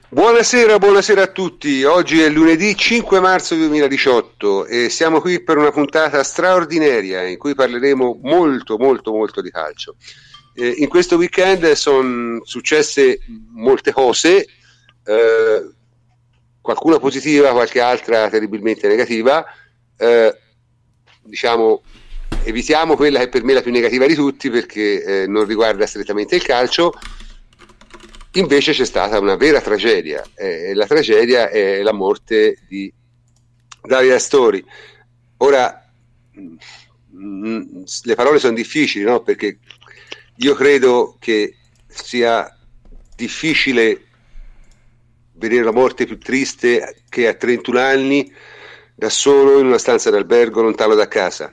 Buonasera, buonasera a tutti. Oggi è lunedì 5 marzo 2018 e siamo qui per una puntata straordinaria in cui parleremo molto, molto, molto di calcio. In questo weekend sono successe molte cose, qualcuna positiva, qualche altra terribilmente negativa. Diciamo, evitiamo quella che per me è la più negativa di tutti perché non riguarda strettamente il calcio. Invece c'è stata una vera tragedia, la tragedia è la morte di Davide Astori. Ora, le parole sono difficili, no? Perché io credo che sia difficile vedere la morte più triste che a 31 anni, da solo in una stanza d'albergo, lontano da casa.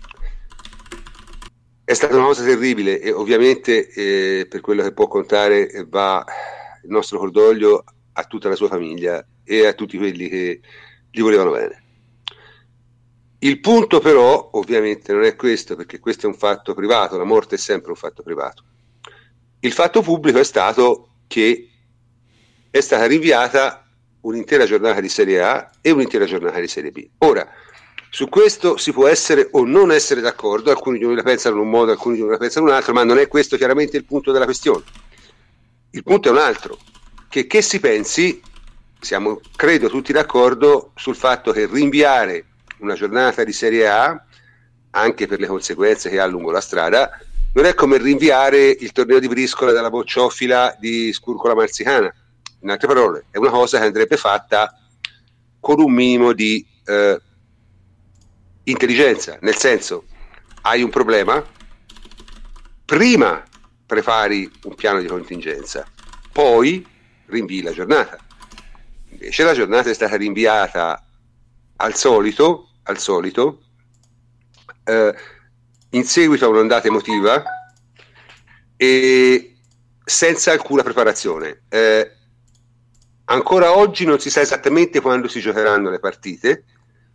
È stata una cosa terribile e ovviamente per quello che può contare va il nostro cordoglio a tutta la sua famiglia e a tutti quelli che gli volevano bene. Il punto però ovviamente non è questo, perché questo è un fatto privato, la morte è sempre un fatto privato. Il fatto pubblico è stato che è stata rinviata un'intera giornata di Serie A e un'intera giornata di Serie B. Ora, su questo si può essere o non essere d'accordo, alcuni di noi la pensano in un modo, alcuni di noi la pensano in un altro, ma non è questo chiaramente il punto della questione. Il punto è un altro, che si pensi, siamo credo tutti d'accordo sul fatto che rinviare una giornata di Serie A, anche per le conseguenze che ha lungo la strada, non è come rinviare il torneo di briscola dalla bocciofila di Scurcola Marzicana. In altre parole, è una cosa che andrebbe fatta con un minimo di intelligenza, nel senso, hai un problema, prima prepari un piano di contingenza, poi rinvii la giornata. Invece la giornata è stata rinviata al solito in seguito a un'ondata emotiva e senza alcuna preparazione. Ancora oggi non si sa esattamente quando si giocheranno le partite.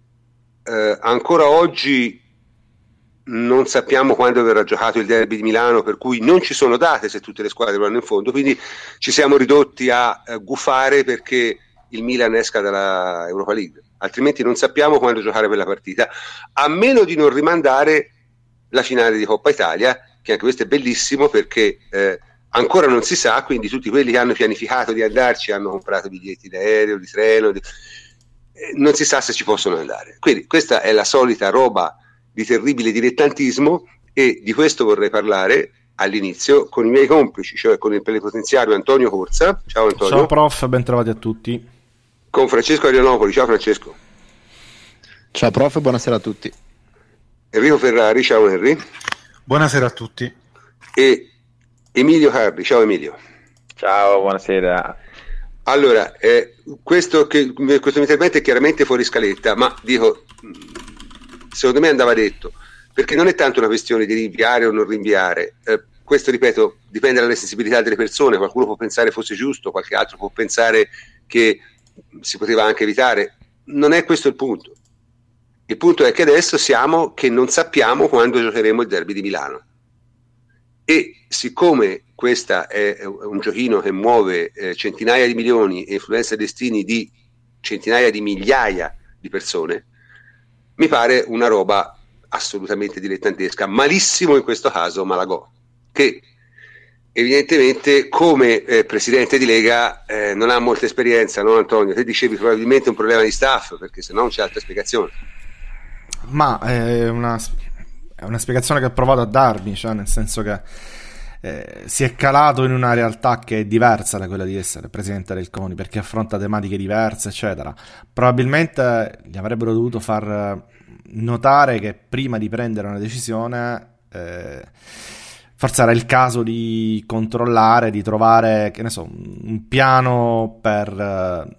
Ancora oggi non sappiamo quando verrà giocato il derby di Milano, per cui non ci sono date se tutte le squadre vanno in fondo, quindi ci siamo ridotti a gufare perché il Milan esca dalla Europa League, altrimenti non sappiamo quando giocare quella partita, a meno di non rimandare la finale di Coppa Italia, che anche questo è bellissimo perché ancora non si sa, quindi tutti quelli che hanno pianificato di andarci hanno comprato biglietti d'aereo, di treno, non si sa se ci possono andare. Quindi questa è la solita roba di terribile dilettantismo e di questo vorrei parlare all'inizio con i miei complici, cioè con il plenipotenziario Antonio Corsa. Ciao Antonio. Ciao prof, ben trovati a tutti. Con Francesco Arianopoli. Ciao Francesco. Ciao prof, buonasera a tutti. Enrico Ferrari. Ciao Henry. Buonasera a tutti. E Emilio Carri. Ciao Emilio. Ciao, buonasera. Allora, questo mio intervento è chiaramente fuori scaletta, ma dico, secondo me andava detto, perché non è tanto una questione di rinviare o non rinviare, questo ripeto dipende dalle sensibilità delle persone, qualcuno può pensare fosse giusto, qualche altro può pensare che si poteva anche evitare, non è questo il punto. Il punto è che adesso siamo che non sappiamo quando giocheremo il derby di Milano. E siccome questo è un giochino che muove centinaia di milioni e influenza i destini di centinaia di migliaia di persone, mi pare una roba assolutamente dilettantesca. Malissimo in questo caso Malagò, che evidentemente come presidente di Lega non ha molta esperienza, no Antonio? Te dicevi probabilmente un problema di staff, perché se no non c'è altra spiegazione. Ma è una spiegazione che ho provato a darvi, cioè nel senso che si è calato in una realtà che è diversa da quella di essere presidente del CONI, perché affronta tematiche diverse, eccetera. Probabilmente gli avrebbero dovuto far notare che prima di prendere una decisione forse era il caso di controllare, di trovare, che ne so, un piano per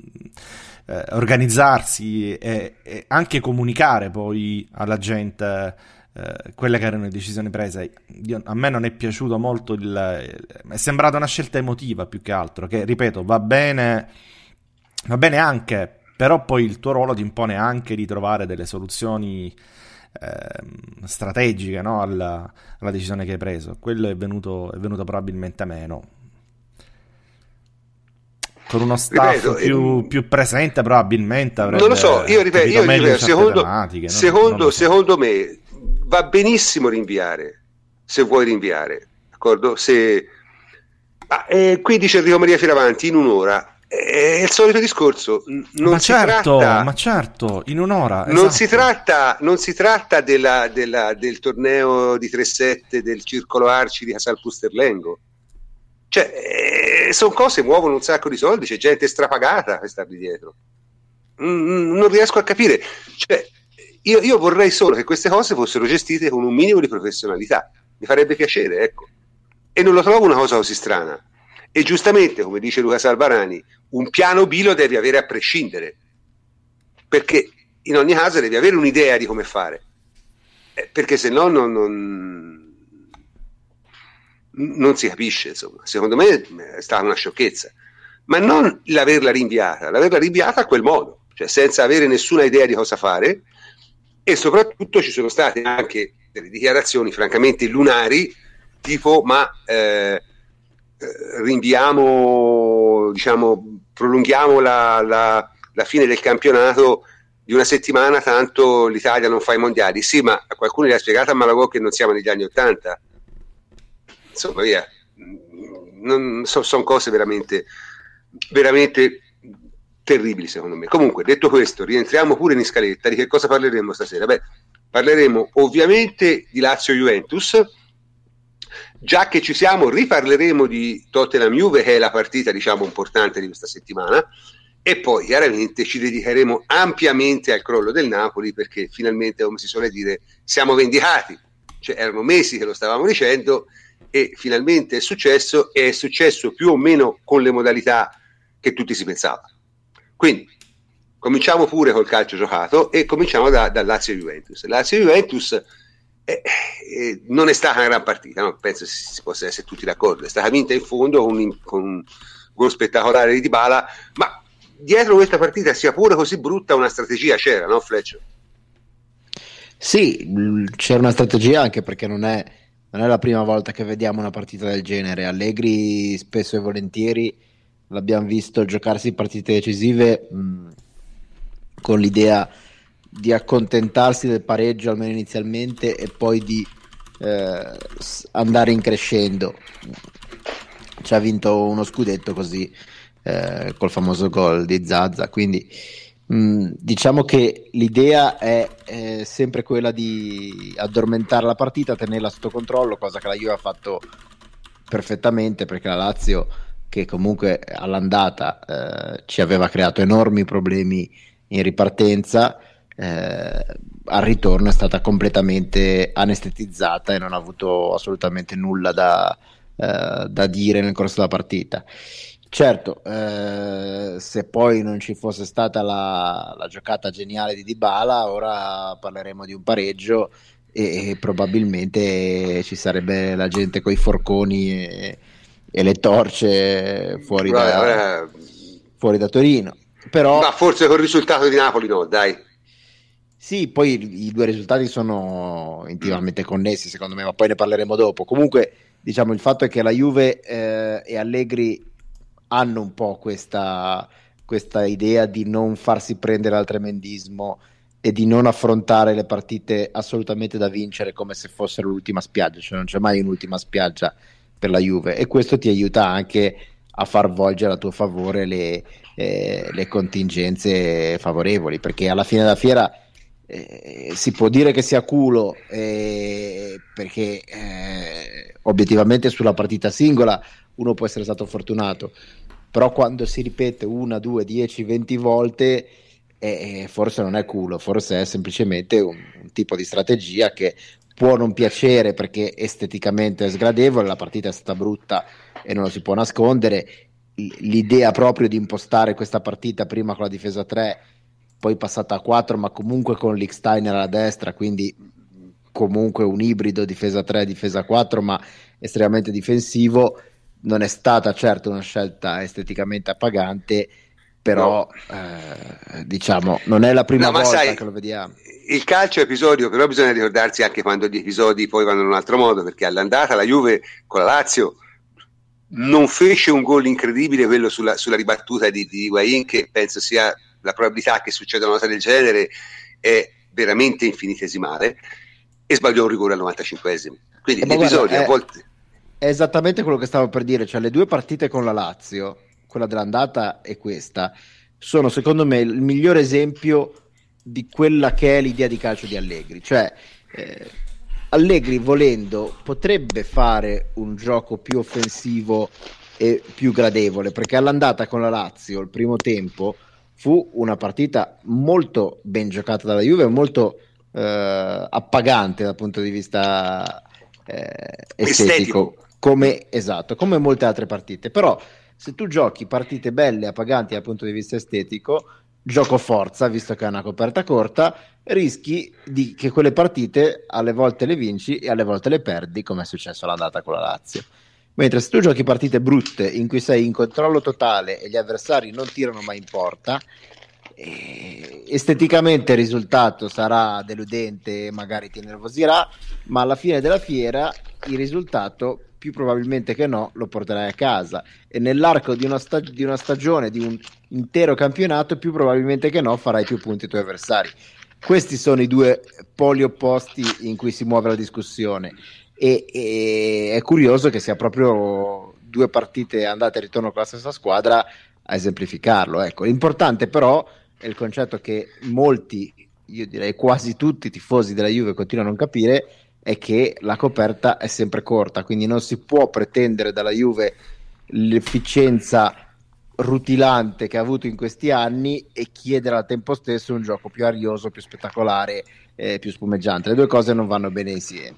organizzarsi e anche comunicare poi alla gente quelle che erano le decisioni prese. A me non è piaciuto molto è sembrata una scelta emotiva più che altro, che ripeto va bene anche, però poi il tuo ruolo ti impone anche di trovare delle soluzioni strategiche, no? alla decisione che hai preso. Quello è venuto probabilmente meno. con uno staff ripeto, più presente probabilmente avrebbe, non lo so, io ripeto, secondo me va benissimo rinviare, se vuoi rinviare, d'accordo? Qui dice Enrico Maria Fioravanti in un'ora. È il solito discorso, ma certo, in un'ora. Non esatto. si tratta del torneo di 3-7 del Circolo Arci di Casal Pusterlengo. Cioè, sono cose che muovono un sacco di soldi, c'è gente strapagata che sta lì dietro. Non riesco a capire. Cioè, io vorrei solo che queste cose fossero gestite con un minimo di professionalità. Mi farebbe piacere, ecco. E non lo trovo una cosa così strana. E giustamente, come dice Luca Salvarani, un piano B lo devi avere a prescindere, perché in ogni caso devi avere un'idea di come fare, perché se no non si capisce, insomma. Secondo me è stata una sciocchezza, ma non l'averla rinviata a quel modo, cioè senza avere nessuna idea di cosa fare, e soprattutto ci sono state anche delle dichiarazioni francamente lunari, tipo rinviamo, diciamo, prolunghiamo la fine del campionato di una settimana, tanto l'Italia non fa i mondiali. Sì, ma a qualcuno gli ha spiegato a Malagò che non siamo negli anni '80. Insomma, via, sono cose veramente terribili, secondo me. Comunque, detto questo, rientriamo pure in scaletta. Di che cosa parleremo stasera? Beh, parleremo ovviamente di Lazio-Juventus. Già che ci siamo, riparleremo di Tottenham-Juve, che è la partita, diciamo, importante di questa settimana, e poi chiaramente ci dedicheremo ampiamente al crollo del Napoli, perché finalmente, come si suole dire, siamo vendicati. Cioè, erano mesi che lo stavamo dicendo e finalmente è successo, e è successo più o meno con le modalità che tutti si pensava. Quindi cominciamo pure col calcio giocato e cominciamo da Lazio-Juventus. Lazio-Juventus non è stata una gran partita, no? Penso si possa essere tutti d'accordo. È stata vinta in fondo con un gol spettacolare di Dybala, ma dietro questa partita, sia pure così brutta, una strategia c'era, no, Fleccio? Sì, c'era una strategia, anche perché non è la prima volta che vediamo una partita del genere. Allegri spesso e volentieri l'abbiamo visto giocarsi partite decisive con l'idea di accontentarsi del pareggio almeno inizialmente e poi di andare in crescendo. Ci ha vinto uno scudetto così col famoso gol di Zaza, quindi diciamo che l'idea è sempre quella di addormentare la partita, tenerla sotto controllo, cosa che la Juve ha fatto perfettamente, perché la Lazio, che comunque all'andata ci aveva creato enormi problemi in ripartenza, al ritorno è stata completamente anestetizzata e non ha avuto assolutamente nulla da dire nel corso della partita. Certo, se poi non ci fosse stata la giocata geniale di Dybala, ora parleremo di un pareggio e probabilmente ci sarebbe la gente coi forconi e le torce fuori da Torino. Però, ma forse col risultato di Napoli no, dai. Sì, poi i due risultati sono intimamente connessi, secondo me, ma poi ne parleremo dopo. Comunque, diciamo, il fatto è che la Juve e Allegri hanno un po' questa idea di non farsi prendere al tremendismo e di non affrontare le partite assolutamente da vincere come se fossero l'ultima spiaggia, cioè non c'è mai un'ultima spiaggia per la Juve, e questo ti aiuta anche a far volgere a tuo favore le contingenze favorevoli, perché alla fine della fiera si può dire che sia culo, perché obiettivamente sulla partita singola uno può essere stato fortunato, però quando si ripete 1, 2, 10, 20 volte forse non è culo, forse è semplicemente un tipo di strategia che può non piacere perché esteticamente è sgradevole, la partita è stata brutta e non lo si può nascondere. L'idea proprio di impostare questa partita prima con la difesa 3, poi passata a 4, ma comunque con Lichtsteiner alla destra, quindi comunque un ibrido difesa 3, difesa 4, ma estremamente difensivo, non è stata certo una scelta esteticamente appagante, però no. Diciamo non è la prima volta che lo vediamo. Il calcio è episodio, però bisogna ricordarsi anche quando gli episodi poi vanno in un altro modo, perché all'andata la Juve con la Lazio non fece un gol incredibile, quello sulla ribattuta di Higuaín, che penso sia la probabilità che succeda una cosa del genere è veramente infinitesimale, e sbagliò un rigore al 95esimo. Quindi gli episodi a volte... È esattamente quello che stavo per dire, cioè le due partite con la Lazio, quella dell'andata e questa, sono secondo me il migliore esempio di quella che è l'idea di calcio di Allegri. Cioè Allegri, volendo, potrebbe fare un gioco più offensivo e più gradevole, perché all'andata con la Lazio il primo tempo fu una partita molto ben giocata dalla Juve, molto appagante dal punto di vista estetico. Come molte altre partite. Però se tu giochi partite belle, appaganti dal punto di vista estetico, gioco forza, visto che è una coperta corta, rischi che quelle partite alle volte le vinci e alle volte le perdi, come è successo all'andata con la Lazio. Mentre se tu giochi partite brutte in cui sei in controllo totale e gli avversari non tirano mai in porta, esteticamente il risultato sarà deludente e magari ti nervosirà, ma alla fine della fiera il risultato più probabilmente che no lo porterai a casa, e nell'arco di una stagione, di un intero campionato, più probabilmente che no farai più punti ai tuoi avversari. Questi sono i due poli opposti in cui si muove la discussione, e è curioso che sia proprio due partite andate e ritorno con la stessa squadra a esemplificarlo. Ecco, l'importante però è il concetto che molti, io direi quasi tutti i tifosi della Juve continuano a non capire, è che la coperta è sempre corta, quindi non si può pretendere dalla Juve l'efficienza rutilante che ha avuto in questi anni e chiedere al tempo stesso un gioco più arioso, più spettacolare, più spumeggiante. Le due cose non vanno bene insieme.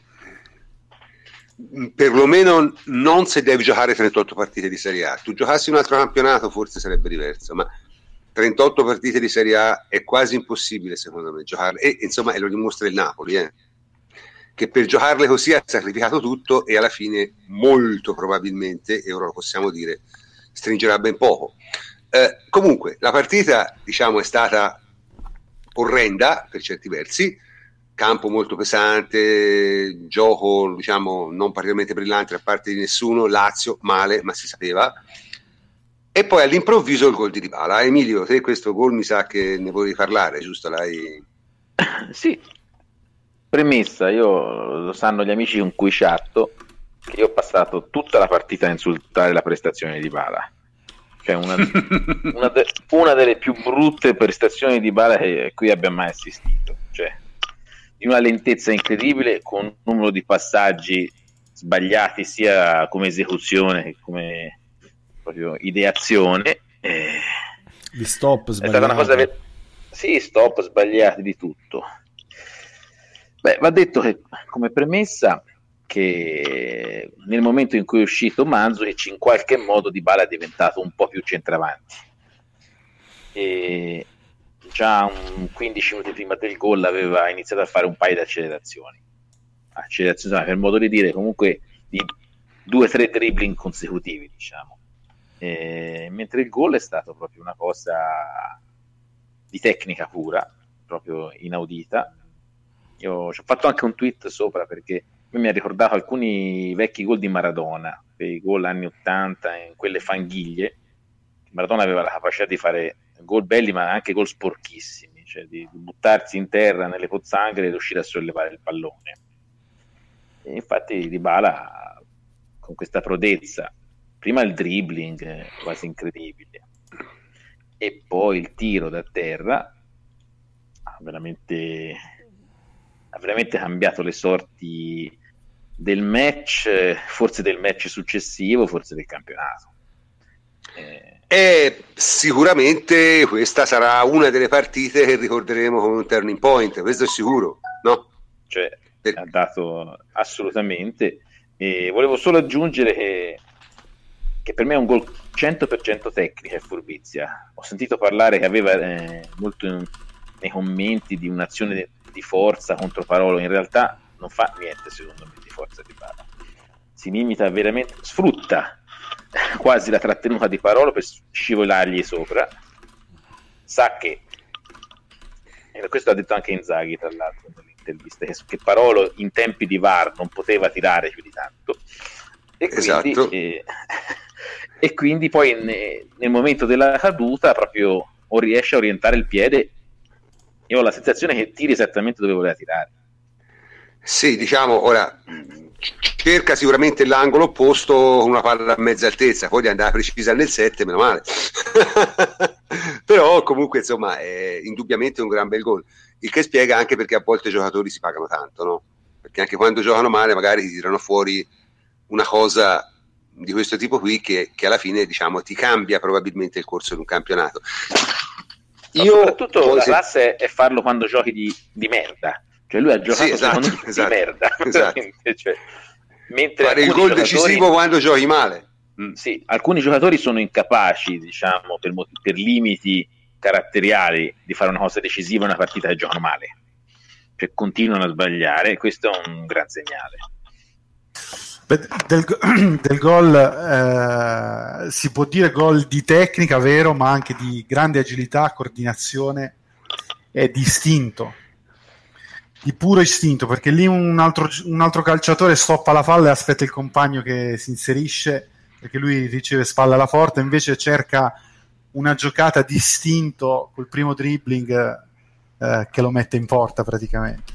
Perlomeno non se devi giocare 38 partite di Serie A. Tu giocassi un altro campionato forse sarebbe diverso, ma 38 partite di Serie A è quasi impossibile secondo me giocarle, e insomma, e lo dimostra il Napoli, che per giocarle così ha sacrificato tutto e alla fine molto probabilmente, e ora lo possiamo dire, stringerà ben poco. Comunque la partita, diciamo, è stata orrenda per certi versi, campo molto pesante, gioco, diciamo, non particolarmente brillante da parte di nessuno, Lazio male, ma si sapeva, e poi all'improvviso il gol di Dybala. Emilio, te questo gol mi sa che ne volevi parlare, giusto? Sì. Premessa, io lo sanno gli amici con cui chatto, che io ho passato tutta la partita a insultare la prestazione di Dybala, cioè una delle più brutte prestazioni di Dybala che qui abbia mai assistito, cioè di una lentezza incredibile, con un numero di passaggi sbagliati sia come esecuzione che come proprio ideazione, di stop sbagliati. È stata una cosa sì, stop sbagliati di tutto. Beh, va detto che come premessa che nel momento in cui è uscito Mandzukic, in qualche modo Dybala è diventato un po' più centravanti, e già 15 minuti prima del gol aveva iniziato a fare un paio di accelerazioni, per modo di dire, comunque di 2-3 dribbling consecutivi, diciamo, mentre il gol è stato proprio una cosa di tecnica pura, proprio inaudita. Io ci ho fatto anche un tweet sopra, perché mi ha ricordato alcuni vecchi gol di Maradona, quei gol anni 80 in quelle fanghiglie. Maradona aveva la capacità di fare gol belli ma anche gol sporchissimi, cioè di buttarsi in terra nelle pozzanghere e riuscire a sollevare il pallone. E infatti Dybala, con questa prodezza, prima il dribbling quasi incredibile e poi il tiro da terra, ha veramente cambiato le sorti del match, forse del match successivo, forse del campionato. E sicuramente questa sarà una delle partite che ricorderemo come un turning point, questo è sicuro, no? Cioè, ha dato assolutamente. E volevo solo aggiungere che per me è un gol 100% tecnica e furbizia. Ho sentito parlare che aveva molto nei commenti di un'azione di forza contro Parolo. In realtà non fa niente, secondo me, di forza di Dybala. Si limita veramente, sfrutta quasi la trattenuta di Parolo per scivolargli sopra. Sa che, e questo ha detto anche Inzaghi tra l'altro nell'intervista, che Parolo in tempi di VAR non poteva tirare più di tanto, e quindi, esatto. e quindi poi nel momento della caduta proprio o riesce a orientare il piede. Io ho la sensazione che tiri esattamente dove voleva tirare. Sì, diciamo, ora cerca sicuramente l'angolo opposto con una palla a mezza altezza, poi di andare precisa nel 7, meno male. Però comunque insomma è indubbiamente un gran bel gol, il che spiega anche perché a volte i giocatori si pagano tanto, no? Perché anche quando giocano male magari ti tirano fuori una cosa di questo tipo qui che alla fine, diciamo, ti cambia probabilmente il corso di un campionato. Soprattutto la classe è farlo quando giochi di merda, cioè lui ha giocato di merda, esatto. Cioè, mentre fare il gol decisivo quando giochi male. Sì, alcuni giocatori sono incapaci, diciamo, per limiti caratteriali, di fare una cosa decisiva in una partita che giocano male, cioè continuano a sbagliare, e questo è un gran segnale. Del gol si può dire gol di tecnica, vero, ma anche di grande agilità, coordinazione e di istinto, di puro istinto, perché lì un altro calciatore stoppa la palla e aspetta il compagno che si inserisce, perché lui riceve spalla alla porta, invece cerca una giocata di istinto col primo dribbling che lo mette in porta praticamente.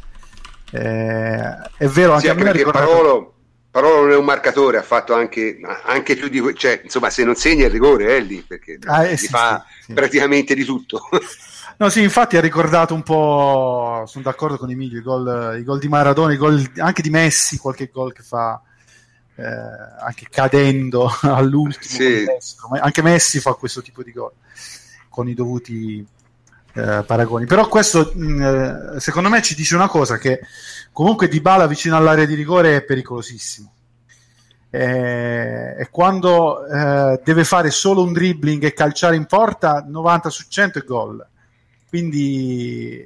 È vero, anche sì, a me ricordo... Parolo non è un marcatore, ha fatto anche più di cioè, insomma, se non segna il rigore è lì, perché fa praticamente di tutto. No, sì, infatti ha ricordato un po', sono d'accordo con Emilio, i gol di Maradona, i gol anche di Messi, qualche gol che fa anche cadendo all'ultimo, sì. Anche Messi fa questo tipo di gol con i dovuti paragoni. Però questo secondo me ci dice una cosa, che comunque Dybala vicino all'area di rigore è pericolosissimo, e quando deve fare solo un dribbling e calciare in porta 90 su 100 è gol, quindi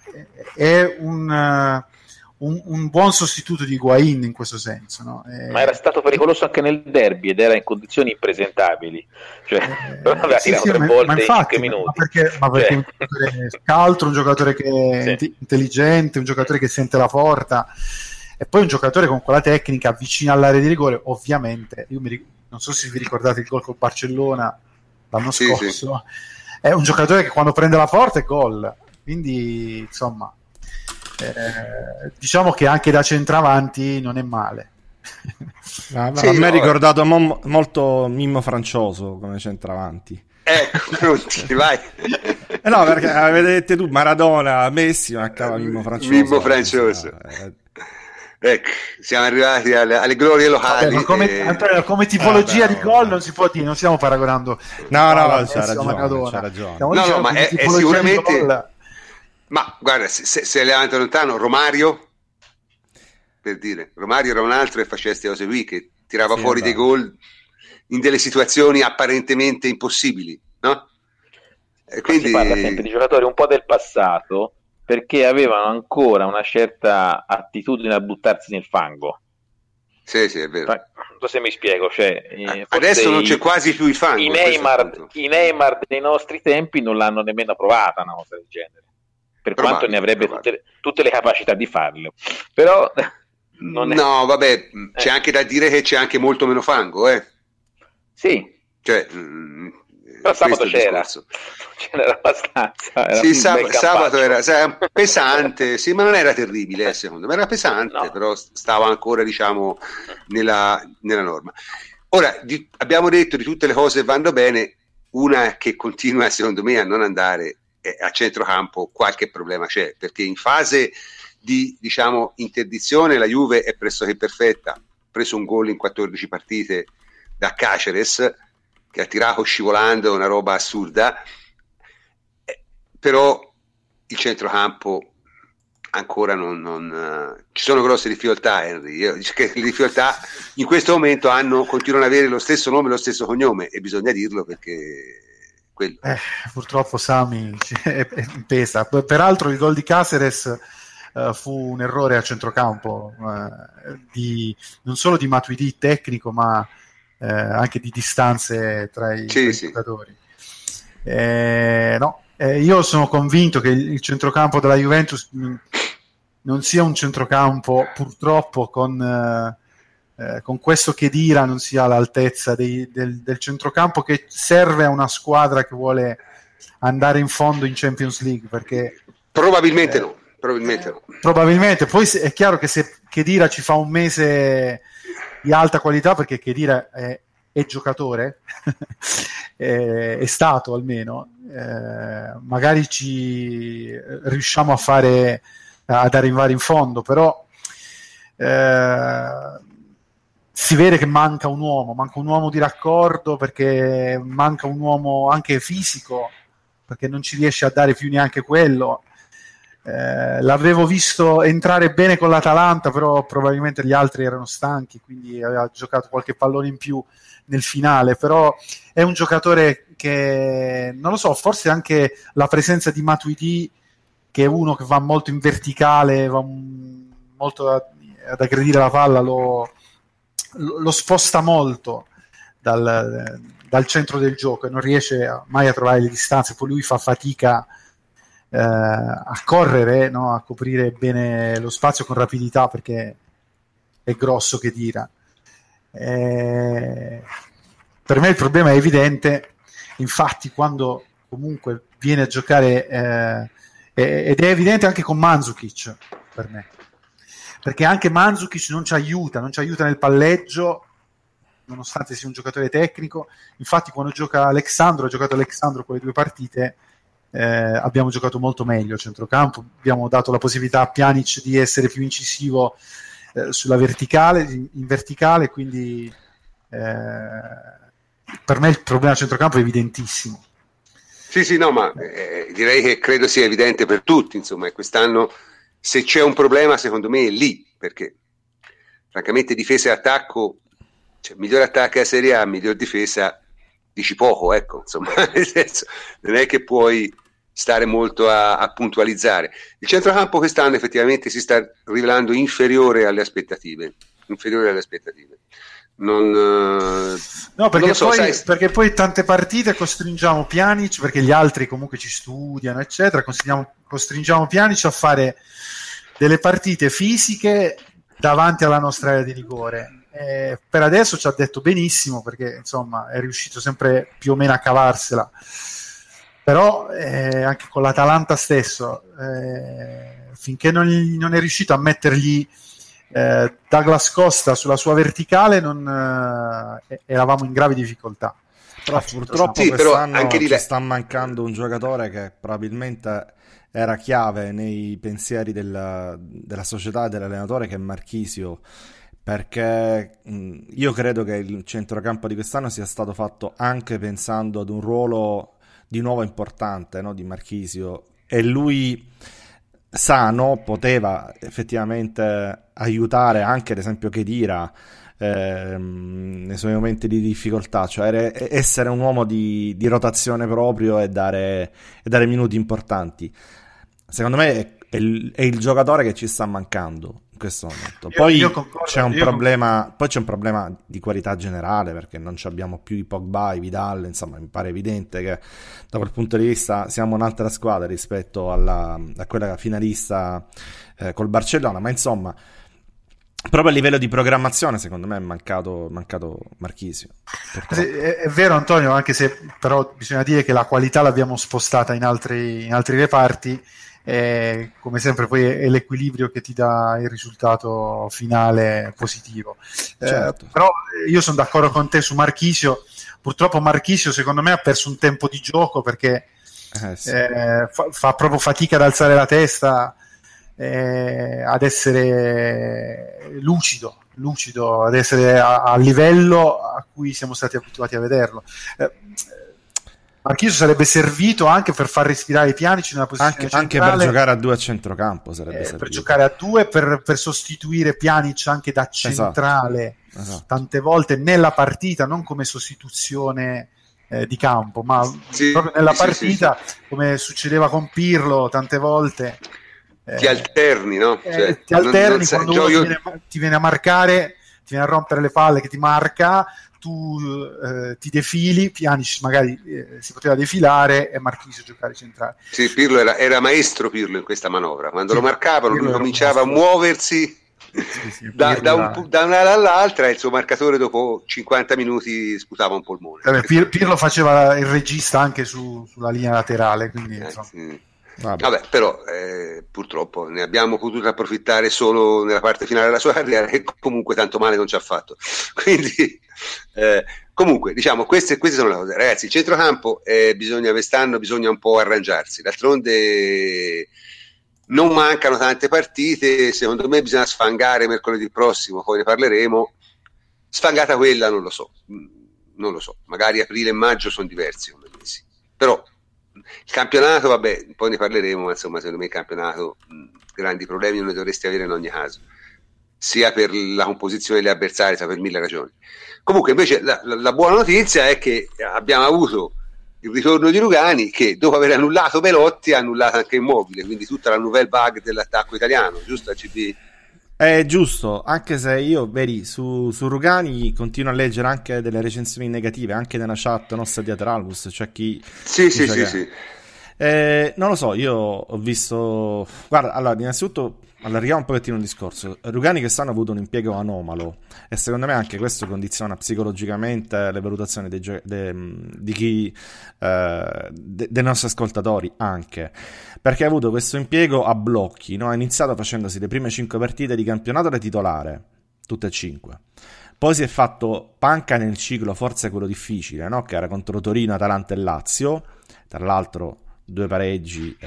è un buon sostituto di Higuaín in questo senso, no? Ma era stato pericoloso anche nel derby ed era in condizioni impresentabili, cioè aveva tirato 3 volte in 5 minuti. Ma perché un giocatore scaltro, un giocatore che è intelligente, un giocatore che sente la porta, e poi un giocatore con quella tecnica vicino all'area di rigore. Ovviamente io non so se vi ricordate il gol col Barcellona l'anno scorso, sì. È un giocatore che quando prende la porta è gol, quindi insomma diciamo che anche da centravanti non è male. A me è ricordato molto Mimmo Francioso come centravanti. Pronti, vai. No, perché vedete tu Maradona, Messi, ma Mimmo Francioso. Ecco, siamo arrivati alle glorie locali. Come tipologia di gol non si può dire, non stiamo paragonando. No, c'ha ragione. No, ma è sicuramente. Ma guarda, se levanta lontano Romario, per dire, Romario era un altro e faceva queste cose qui, che tirava fuori dei gol in delle situazioni apparentemente impossibili, no? E quindi si parla sempre di giocatori un po' del passato, perché avevano ancora una certa attitudine a buttarsi nel fango. Sì, è vero. Non so se mi spiego, cioè, adesso non c'è quasi più il fango. I Neymar dei nostri tempi non l'hanno nemmeno provata una cosa del genere, per quanto ne avrebbe tutte le capacità di farlo. Però no, vabbè, c'è anche da dire che c'è anche molto meno fango, Sì. Cioè, però sabato c'era abbastanza. Sì, sabato era pesante, sì, ma non era terribile, secondo me era pesante, no. Però stava ancora, diciamo, nella norma. Ora, abbiamo detto di tutte le cose che vanno bene, una che continua, secondo me, a non andare a centrocampo. Qualche problema c'è, perché in fase di, diciamo, interdizione la Juve è pressoché perfetta. Ha preso un gol in 14 partite da Cáceres, che ha tirato scivolando, una roba assurda, però il centrocampo ancora non ci sono grosse difficoltà, Henry. Le difficoltà in questo momento continuano ad avere lo stesso nome, lo stesso cognome, e bisogna dirlo, perché purtroppo Sami pesa. Peraltro il gol di Cáceres fu un errore a centrocampo, non solo di Matuidi tecnico, ma anche di distanze tra i giocatori. Io sono convinto che il centrocampo della Juventus non sia un centrocampo, purtroppo, con con questo Khedira non sia all'altezza del centrocampo che serve a una squadra che vuole andare in fondo in Champions League, perché probabilmente no. Probabilmente. Poi è chiaro che se Khedira ci fa un mese di alta qualità, perché Khedira è giocatore, è stato almeno, magari ci riusciamo ad arrivare in fondo, però si vede che manca un uomo di raccordo, perché manca un uomo anche fisico, perché non ci riesce a dare più neanche quello. L'avevo visto entrare bene con l'Atalanta, però probabilmente gli altri erano stanchi, quindi aveva giocato qualche pallone in più nel finale, però è un giocatore che, non lo so, forse anche la presenza di Matuidi, che è uno che va molto in verticale, va molto ad aggredire la palla, lo sposta molto dal centro del gioco e non riesce mai a trovare le distanze. Poi lui fa fatica a correre, no? A coprire bene lo spazio con rapidità, perché è grosso Khedira. Per me il problema è evidente, infatti, quando comunque viene a giocare ed è evidente anche con Mandzukic, per me, perché anche Mandzukic non ci aiuta nel palleggio, nonostante sia un giocatore tecnico. Infatti quando ha giocato Alexandro quelle 2 partite, abbiamo giocato molto meglio a centrocampo, abbiamo dato la possibilità a Pjanic di essere più incisivo sulla verticale, in verticale, quindi per me il problema a centrocampo è evidentissimo. Sì, no, ma direi che credo sia evidente per tutti, insomma, e quest'anno se c'è un problema secondo me è lì, perché francamente difesa e attacco, cioè, miglior attacco a Serie A, miglior difesa, dici poco, ecco, insomma, nel senso, non è che puoi stare molto a puntualizzare. Il centrocampo quest'anno effettivamente si sta rivelando inferiore alle aspettative. No, perché, non so, perché poi tante partite costringiamo Pjanic, perché gli altri comunque ci studiano, eccetera, costringiamo Pjanic a fare delle partite fisiche davanti alla nostra area di rigore. Per adesso ci ha detto benissimo, perché insomma è riuscito sempre più o meno a cavarsela, però anche con l'Atalanta stesso, finché non è riuscito a mettergli Douglas Costa sulla sua verticale, eravamo in gravi difficoltà. Però purtroppo quest'anno anche ci sta mancando un giocatore che probabilmente era chiave nei pensieri della società e dell'allenatore, che è Marchisio, perché io credo che il centrocampo di quest'anno sia stato fatto anche pensando ad un ruolo di nuovo importante, no, di Marchisio, e lui sano poteva effettivamente aiutare anche ad esempio Khedira nei suoi momenti di difficoltà, cioè essere un uomo di rotazione proprio e dare minuti importanti. Secondo me è il giocatore che ci sta mancando in questo momento. Poi c'è un problema di qualità generale, perché non abbiamo più i Pogba, i Vidal, insomma mi pare evidente che da quel punto di vista siamo un'altra squadra rispetto a quella finalista col Barcellona, ma insomma proprio a livello di programmazione secondo me è mancato Marchisio. È vero, Antonio, anche se però bisogna dire che la qualità l'abbiamo spostata in altri reparti. Come sempre poi è l'equilibrio che ti dà il risultato finale positivo. Certo. Però io sono d'accordo con te su Marchisio. Purtroppo Marchisio secondo me ha perso un tempo di gioco, perché sì. fa proprio fatica ad alzare la testa, ad essere lucido, ad essere a livello a cui siamo stati abituati a vederlo. Marchisio sarebbe servito anche per far respirare i Pjanic nella posizione anche per giocare a 2 a centrocampo sarebbe servito. Per giocare a 2, per sostituire Pjanic anche da centrale, esatto. Tante volte nella partita, non come sostituzione di campo, ma proprio nella partita, come succedeva con Pirlo tante volte. Ti alterni, no? Cioè, ti alterni quando uno ti viene a marcare, ti viene a rompere le palle che ti marca, tu ti defili. Pjanic magari si poteva defilare e Marchisio giocare centrale. Sì, Pirlo era maestro, Pirlo, in questa manovra. Quando lo marcavano, lui cominciava a muoversi, Sì, da un'ala all'altra il suo marcatore dopo 50 minuti sputava un polmone. Pirlo faceva il regista anche sulla linea laterale, quindi sì. Vabbè, però purtroppo ne abbiamo potuto approfittare solo nella parte finale della sua carriera e comunque tanto male non ci ha fatto. Quindi comunque diciamo queste sono le cose, ragazzi. Il centrocampo quest'anno bisogna un po' arrangiarsi, d'altronde non mancano tante partite, secondo me bisogna sfangare mercoledì prossimo, poi ne parleremo. Sfangata quella non lo so, magari aprile e maggio sono diversi come mesi, però il campionato, vabbè, poi ne parleremo, ma insomma secondo me il campionato grandi problemi non ne dovresti avere in ogni caso, sia per la composizione degli avversari sia per mille ragioni. Comunque invece la buona notizia è che abbiamo avuto il ritorno di Rugani, che dopo aver annullato Belotti ha annullato anche Immobile, quindi tutta la nouvelle vague dell'attacco italiano, giusto CB? È giusto, anche se io, vedi, su Rugani continuo a leggere anche delle recensioni negative, anche nella chat nostra di Ateralbus, c'è chi... Sì. Non lo so, io ho visto... Guarda, allora, innanzitutto, allarghiamo un pochettino il discorso. Rugani quest'anno ha avuto un impiego anomalo e secondo me anche questo condiziona psicologicamente le valutazioni di chi... dei nostri ascoltatori anche, perché ha avuto questo impiego a blocchi, no? Ha iniziato facendosi le prime 5 partite di campionato da titolare, tutte e 5. Poi si è fatto panca nel ciclo, forse quello difficile, no? Che era contro Torino, Atalanta e Lazio, tra l'altro 2 pareggi,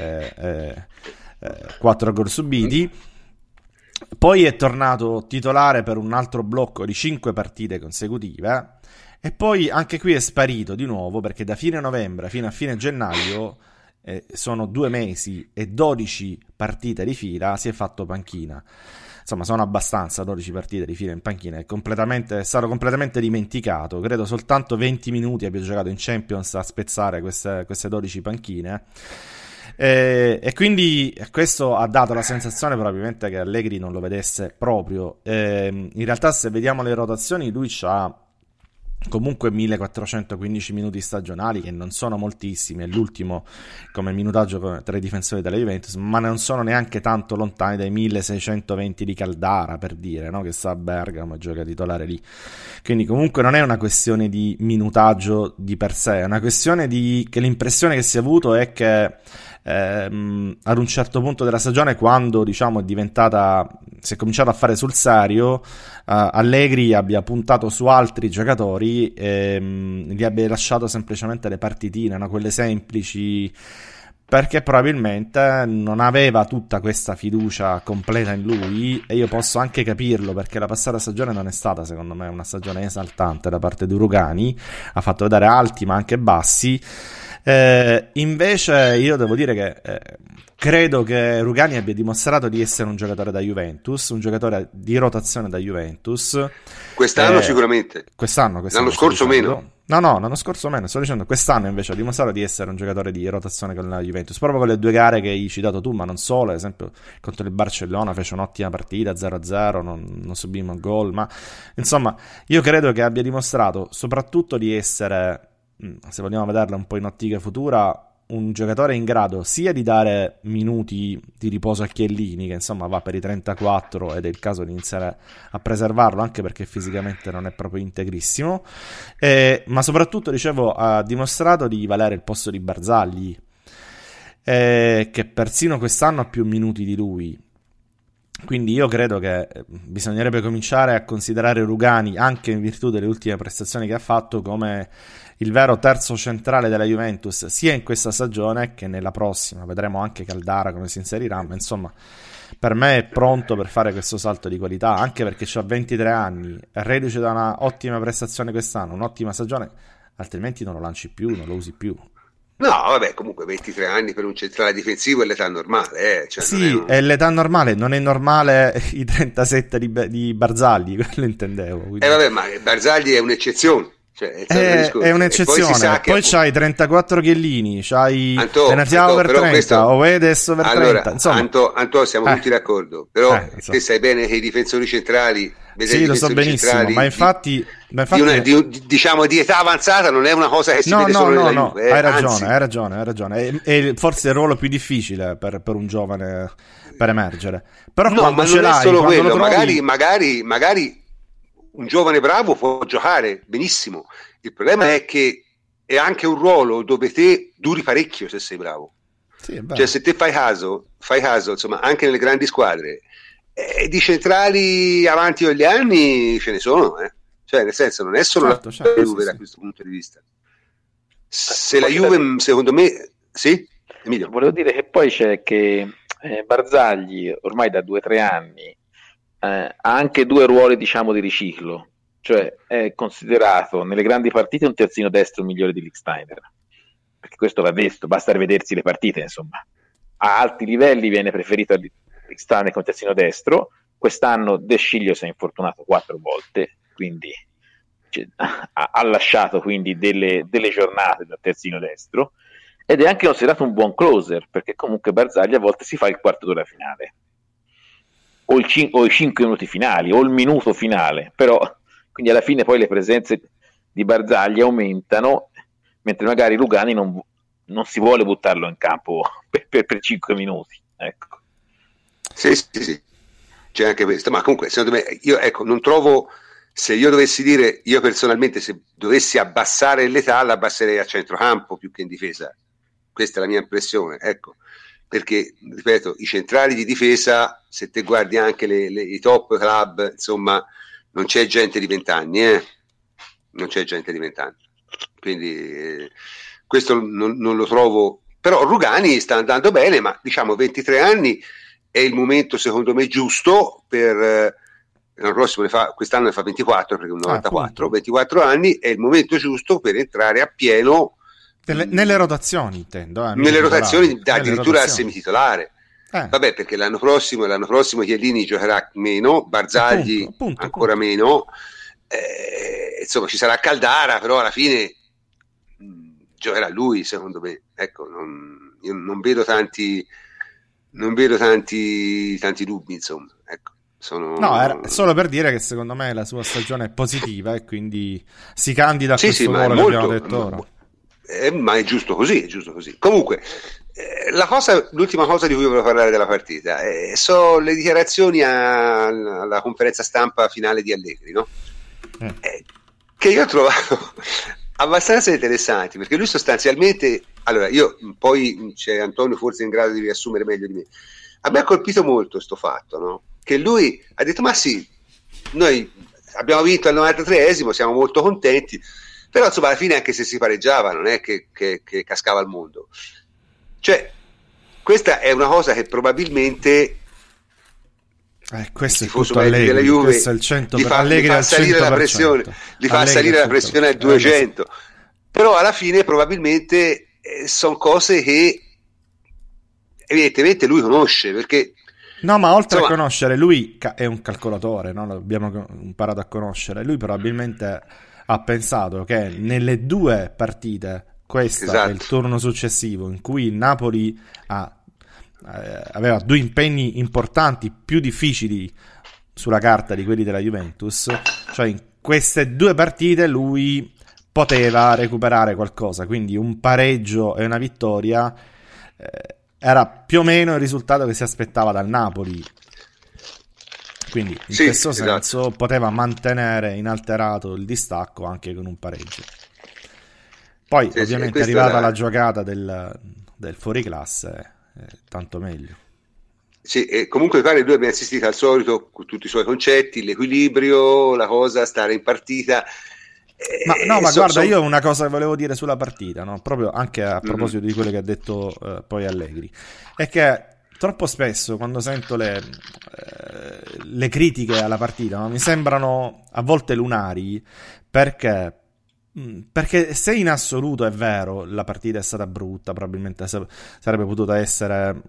4 gol subiti. Poi è tornato titolare per un altro blocco di 5 partite consecutive e poi anche qui è sparito di nuovo, perché da fine novembre fino a fine gennaio sono 2 mesi e 12 partite di fila, si è fatto panchina. Insomma, sono abbastanza 12 partite di fila in panchina, è stato completamente dimenticato. Credo soltanto 20 minuti abbia giocato in Champions a spezzare queste 12 panchine. E quindi questo ha dato la sensazione probabilmente che Allegri non lo vedesse proprio. In realtà, se vediamo le rotazioni, lui c'ha comunque 1415 minuti stagionali, che non sono moltissimi, è l'ultimo come minutaggio tra i difensori della Juventus, ma non sono neanche tanto lontani dai 1620 di Caldara, per dire, no? Che sta a Bergamo e gioca titolare lì. Quindi comunque non è una questione di minutaggio di per sé, è una questione che l'impressione che si è avuto è che ad un certo punto della stagione, quando diciamo si è cominciato a fare sul serio, Allegri abbia puntato su altri giocatori e gli abbia lasciato semplicemente le partitine, no? Quelle semplici, perché probabilmente non aveva tutta questa fiducia completa in lui, e io posso anche capirlo, perché la passata stagione non è stata, secondo me, una stagione esaltante da parte di Rugani, ha fatto vedere alti ma anche bassi. Invece io devo dire che credo che Rugani abbia dimostrato di essere un giocatore da Juventus, un giocatore di rotazione da Juventus. Quest'anno sicuramente. Quest'anno l'anno scorso meno. No, l'anno scorso meno, sto dicendo quest'anno invece ha dimostrato di essere un giocatore di rotazione con la Juventus, proprio con le 2 gare che hai citato tu, ma non solo. Ad esempio contro il Barcellona fece un'ottima partita, 0-0, non subimmo gol, ma insomma io credo che abbia dimostrato soprattutto di essere, se vogliamo vederla un po' in ottica futura, un giocatore in grado sia di dare minuti di riposo a Chiellini, che insomma va per i 34 ed è il caso di iniziare a preservarlo, anche perché fisicamente non è proprio integrissimo, ma soprattutto, dicevo, ha dimostrato di valere il posto di Barzagli, che persino quest'anno ha più minuti di lui. Quindi io credo che bisognerebbe cominciare a considerare Rugani, anche in virtù delle ultime prestazioni che ha fatto, come il vero terzo centrale della Juventus, sia in questa stagione che nella prossima. Vedremo anche Caldara come si inserirà, ma insomma per me è pronto per fare questo salto di qualità, anche perché ha 23 anni, è reduce da una ottima prestazione quest'anno, un'ottima stagione, altrimenti non lo lanci più, non lo usi più. No, vabbè, comunque 23 anni per un centrale difensivo è l'età normale. Cioè sì, è l'età normale, non è normale i 37 di Barzagli, quello intendevo. Quindi... vabbè, ma Barzagli è un'eccezione. Cioè, è un'eccezione. Poi c'hai 34 Chiellini, c'hai Benatia over 30, questo... Ovedes over 30. Insomma, Anto, siamo tutti d'accordo. Però te sai bene che i difensori centrali, sì, lo so benissimo, ma infatti diciamo di età avanzata non è una cosa che si vede solo nella Juve. Hai ragione. È forse il ruolo più difficile per un giovane per emergere. Però quando ce l'hai, solo quello, trovi... magari un giovane bravo può giocare benissimo. Il problema è che è anche un ruolo dove te duri parecchio se sei bravo. Sì, cioè, se te fai caso, insomma, anche nelle grandi squadre, di centrali avanti con gli anni ce ne sono, cioè nel senso non è solo la Juve da questo punto di vista. Se la Juve, secondo me, sì, Emilio. Volevo dire che poi c'è che Barzagli ormai da 2-3 anni ha anche due ruoli, diciamo, di riciclo, cioè è considerato nelle grandi partite un terzino destro migliore di Lichtsteiner, perché questo va detto, basta rivedersi le partite, insomma. A alti livelli viene preferito a Lichtsteiner come terzino destro. Quest'anno De Sciglio si è infortunato 4 volte, quindi ha lasciato quindi delle giornate da terzino destro, ed è anche considerato un buon closer, perché comunque Barzagli a volte si fa il quarto d'ora finale o i 5 minuti finali o il minuto finale, però quindi alla fine poi le presenze di Barzagli aumentano, mentre magari Lugani non si vuole buttarlo in campo per 5 minuti, ecco. Sì, c'è anche questo, ma comunque secondo me io non trovo, se io dovessi dire, io personalmente se dovessi abbassare l'età la abbasserei a centrocampo più che in difesa, questa è la mia impressione, ecco, perché ripeto, i centrali di difesa, se te guardi anche i top club, insomma non c'è gente di 20 anni, non c'è gente di 20 anni, quindi questo non lo trovo. Però Rugani sta andando bene, ma diciamo 23 anni è il momento secondo me giusto per l'anno prossimo quest'anno ne fa 24 perché è un 94, 24 anni è il momento giusto per entrare a pieno nelle rotazioni, intendo, nelle rotazioni addirittura al semititolare. Vabbè, perché l'anno prossimo Chiellini giocherà meno, Barzagli ancora meno, insomma ci sarà Caldara, però alla fine giocherà lui, secondo me, ecco, io non vedo tanti dubbi, insomma, ecco. No, era solo per dire che secondo me la sua stagione è positiva e quindi si candida a questo ruolo che abbiamo detto ora. Ma è giusto così. Comunque, l'ultima cosa di cui volevo parlare della partita sono le dichiarazioni alla conferenza stampa finale di Allegri, no? Che io ho trovato abbastanza interessanti, perché lui sostanzialmente, allora poi c'è Antonio forse in grado di riassumere meglio di me, a me ha colpito molto sto fatto, no? Che lui ha detto ma sì, noi abbiamo vinto al 93esimo, siamo molto contenti, però insomma alla fine anche se si pareggiava non è che cascava il mondo, cioè questa è una cosa che probabilmente questo è tutto Allegri, Juve, questo è il 100%, li fa salire la pressione, al 200%, però alla fine probabilmente sono cose che evidentemente lui conosce, perché no, ma oltre a conoscere, lui è un calcolatore, no? L'abbiamo imparato a conoscere. Lui probabilmente ha pensato che nelle 2 partite, questa e il turno successivo, in cui il Napoli aveva 2 impegni importanti, più difficili sulla carta di quelli della Juventus, cioè in queste 2 partite lui poteva recuperare qualcosa, quindi un pareggio e una vittoria era più o meno il risultato che si aspettava dal Napoli, quindi in questo senso poteva mantenere inalterato il distacco anche con un pareggio. Poi ovviamente è arrivata la giocata del fuoriclasse, tanto meglio. Sì, e comunque pare lui abbia assistito al solito con tutti i suoi concetti, l'equilibrio, la cosa, stare in partita. Ma guarda, io una cosa che volevo dire sulla partita, no? Proprio anche a proposito di quello che ha detto poi Allegri, è che troppo spesso quando sento le critiche alla partita, no? Mi sembrano a volte lunari, perché Perché se in assoluto è vero, la partita è stata brutta, probabilmente sarebbe potuta essere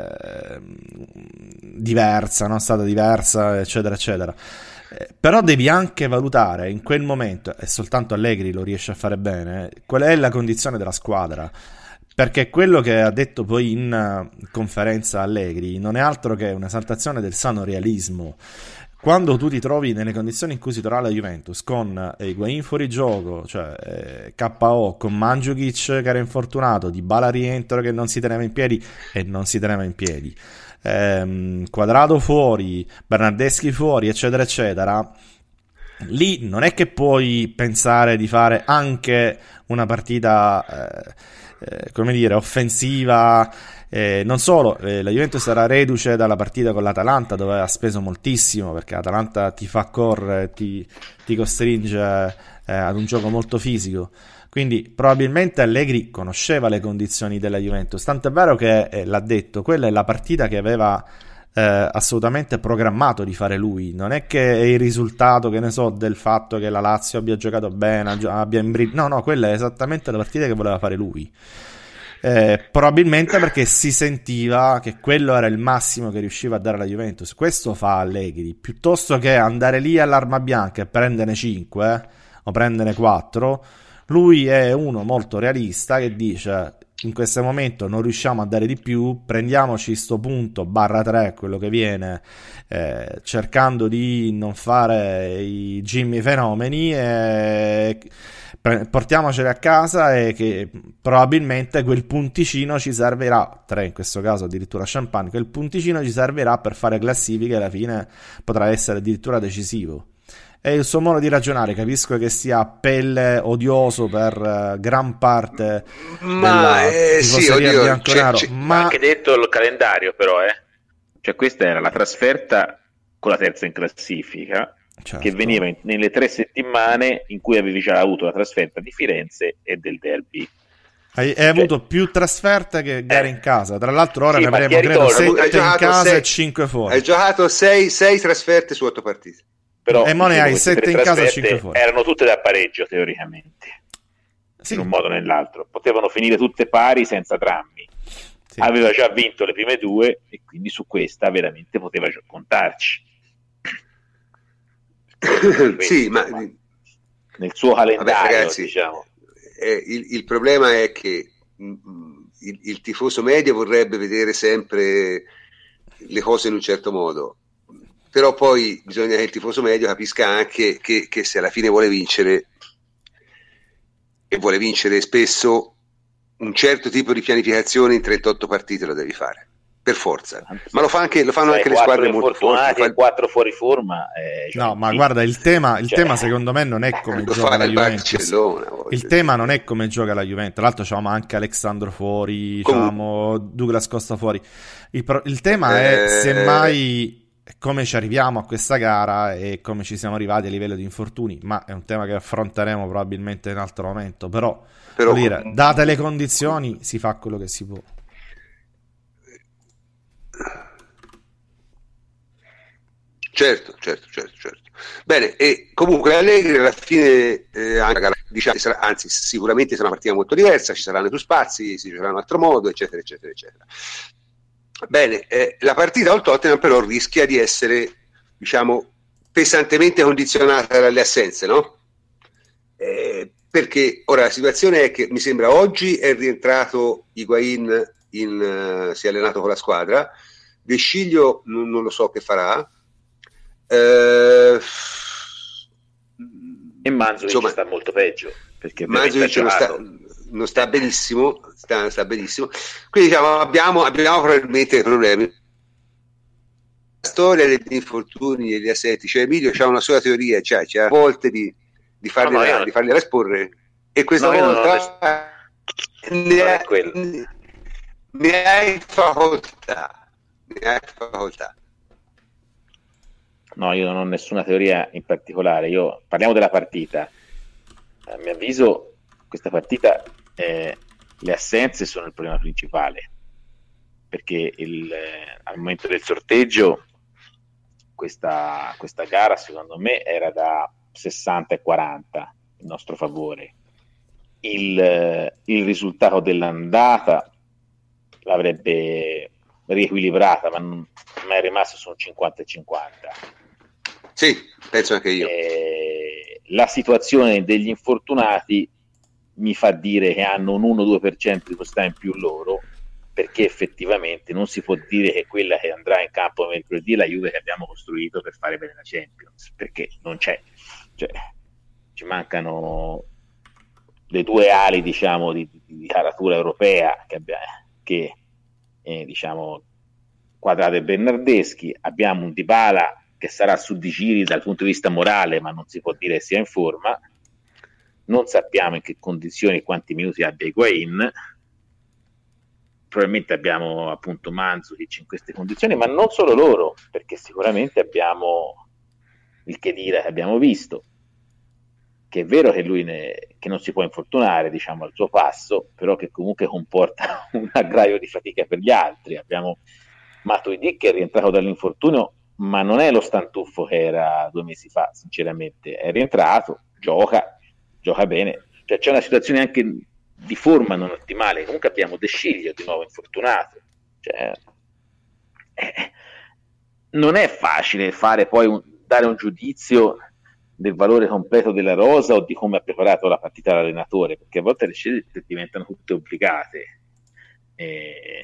diversa, no? Stata diversa, eccetera, eccetera. Però devi anche valutare in quel momento, e soltanto Allegri lo riesce a fare bene, qual è la condizione della squadra. Perché quello che ha detto poi in conferenza Allegri non è altro che un'esaltazione del sano realismo. Quando tu ti trovi nelle condizioni in cui si trova la Juventus, con Higuaín fuori gioco, cioè KO, con Mandžukić che era infortunato, Dybala rientro che non si teneva in piedi e non si teneva in piedi, Quadrado fuori, Bernardeschi fuori, eccetera, eccetera, lì non è che puoi pensare di fare anche una partita, come dire, offensiva. Non solo, la Juventus era reduce dalla partita con l'Atalanta dove ha speso moltissimo, perché l'Atalanta ti fa correre, ti costringe ad un gioco molto fisico, quindi probabilmente Allegri conosceva le condizioni della Juventus, tanto è vero che l'ha detto, quella è la partita che aveva assolutamente programmato di fare lui, non è che è il risultato, che ne so, del fatto che la Lazio abbia giocato bene, abbia no, quella è esattamente la partita che voleva fare lui. Probabilmente perché si sentiva che quello era il massimo che riusciva a dare alla Juventus. Questo fa Allegri, piuttosto che andare lì all'arma bianca e prenderne 5 o prenderne 4. Lui è uno molto realista che dice: in questo momento non riusciamo a dare di più, prendiamoci sto punto /3, quello che viene, cercando di non fare i Jimmy fenomeni, e portiamoceli a casa, e che probabilmente quel punticino ci servirà, 3 in questo caso addirittura champagne, quel punticino ci servirà per fare classifiche, alla fine potrà essere addirittura decisivo. È il suo modo di ragionare, capisco che sia a pelle odioso per gran parte della tifoseria bianconero, ma anche detto il calendario, però cioè questa era la trasferta con la terza in classifica, certo, che veniva nelle 3 settimane in cui avevi già avuto la trasferta di Firenze e del derby. Hai avuto più trasferte che gare in casa. Tra l'altro ora ne avremo credo 7 in casa e 5 fuori. Hai giocato 6 trasferte su 8 partite. Però, e Mone hai 7 in casa e 5 fuori. Erano tutte da pareggio teoricamente, sì, in un modo o nell'altro. Potevano finire tutte pari senza drammi. Sì. Aveva già vinto le prime 2 e quindi su questa veramente poteva già contarci. Sì, ma nel suo calendario, vabbè, ragazzi, diciamo. Il problema è che il tifoso medio vorrebbe vedere sempre le cose in un certo modo, però poi bisogna che il tifoso medio capisca anche che se alla fine vuole vincere, e vuole vincere spesso, un certo tipo di pianificazione in 38 partite lo devi fare, per forza. Ma lo fanno anche le squadre molto forti. 4 fuori forma. No, ma guarda, il tema secondo me non è come gioca la Juventus. Il tema non è come gioca la Juventus. Tra l'altro c'avevamo anche Alexandro fuori, c'avevamo Douglas Costa fuori. Il tema è semmai come ci arriviamo a questa gara e come ci siamo arrivati a livello di infortuni, ma è un tema che affronteremo probabilmente in un altro momento. Però vuol dire, date le condizioni, si fa quello che si può. Certo. Bene, e comunque Allegri alla fine diciamo, anzi sicuramente sarà una partita molto diversa, ci saranno più spazi, si giocherà in un altro modo, eccetera. Bene, la partita al Tottenham però rischia di essere, diciamo, pesantemente condizionata dalle assenze, no? Perché ora la situazione è che mi sembra oggi è rientrato Higuaín, si è allenato con la squadra, De Sciglio non lo so che farà, e Mandžukić sta molto peggio, perché Mandžukić non sta benissimo, sta benissimo. Quindi diciamo abbiamo probabilmente problemi. La storia degli infortuni e degli assetti, cioè Emilio c'ha una sola teoria, c'ha a volte di fargliela esporre, e questa volta ne hai facoltà. No, io non ho nessuna teoria in particolare. Parliamo della partita. A mio avviso questa partita le assenze sono il problema principale, perché al momento del sorteggio questa gara secondo me era da 60 e 40, in nostro favore. Il risultato dell'andata l'avrebbe riequilibrata, ma è rimasto su un 50-50. Sì, penso anche io. La situazione degli infortunati mi fa dire che hanno un 1-2% di possibilità in più loro, perché effettivamente non si può dire che quella che andrà in campo mercoledì è la Juve che abbiamo costruito per fare bene la Champions, perché non c'è, cioè, ci mancano le due ali, diciamo, di caratura europea che diciamo Quadrato e Bernardeschi. Abbiamo un Dybala che sarà su di giri dal punto di vista morale, ma non si può dire sia in forma. Non sappiamo in che condizioni e quanti minuti abbia Higuain. Probabilmente abbiamo appunto Mandzukic in queste condizioni, ma non solo loro, perché sicuramente abbiamo il Khedira che abbiamo visto, che è vero che lui che non si può infortunare, diciamo, al suo passo, però che comunque comporta un aggraio di fatica per gli altri. Abbiamo Matuidi che è rientrato dall'infortunio, ma non è lo stantuffo che era 2 mesi fa, sinceramente. È rientrato, gioca bene. Cioè, c'è una situazione anche di forma non ottimale. Comunque abbiamo De Sciglio di nuovo infortunato. Cioè, non è facile fare poi dare un giudizio del valore completo della rosa o di come ha preparato la partita l'allenatore, perché a volte le scelte diventano tutte obbligate e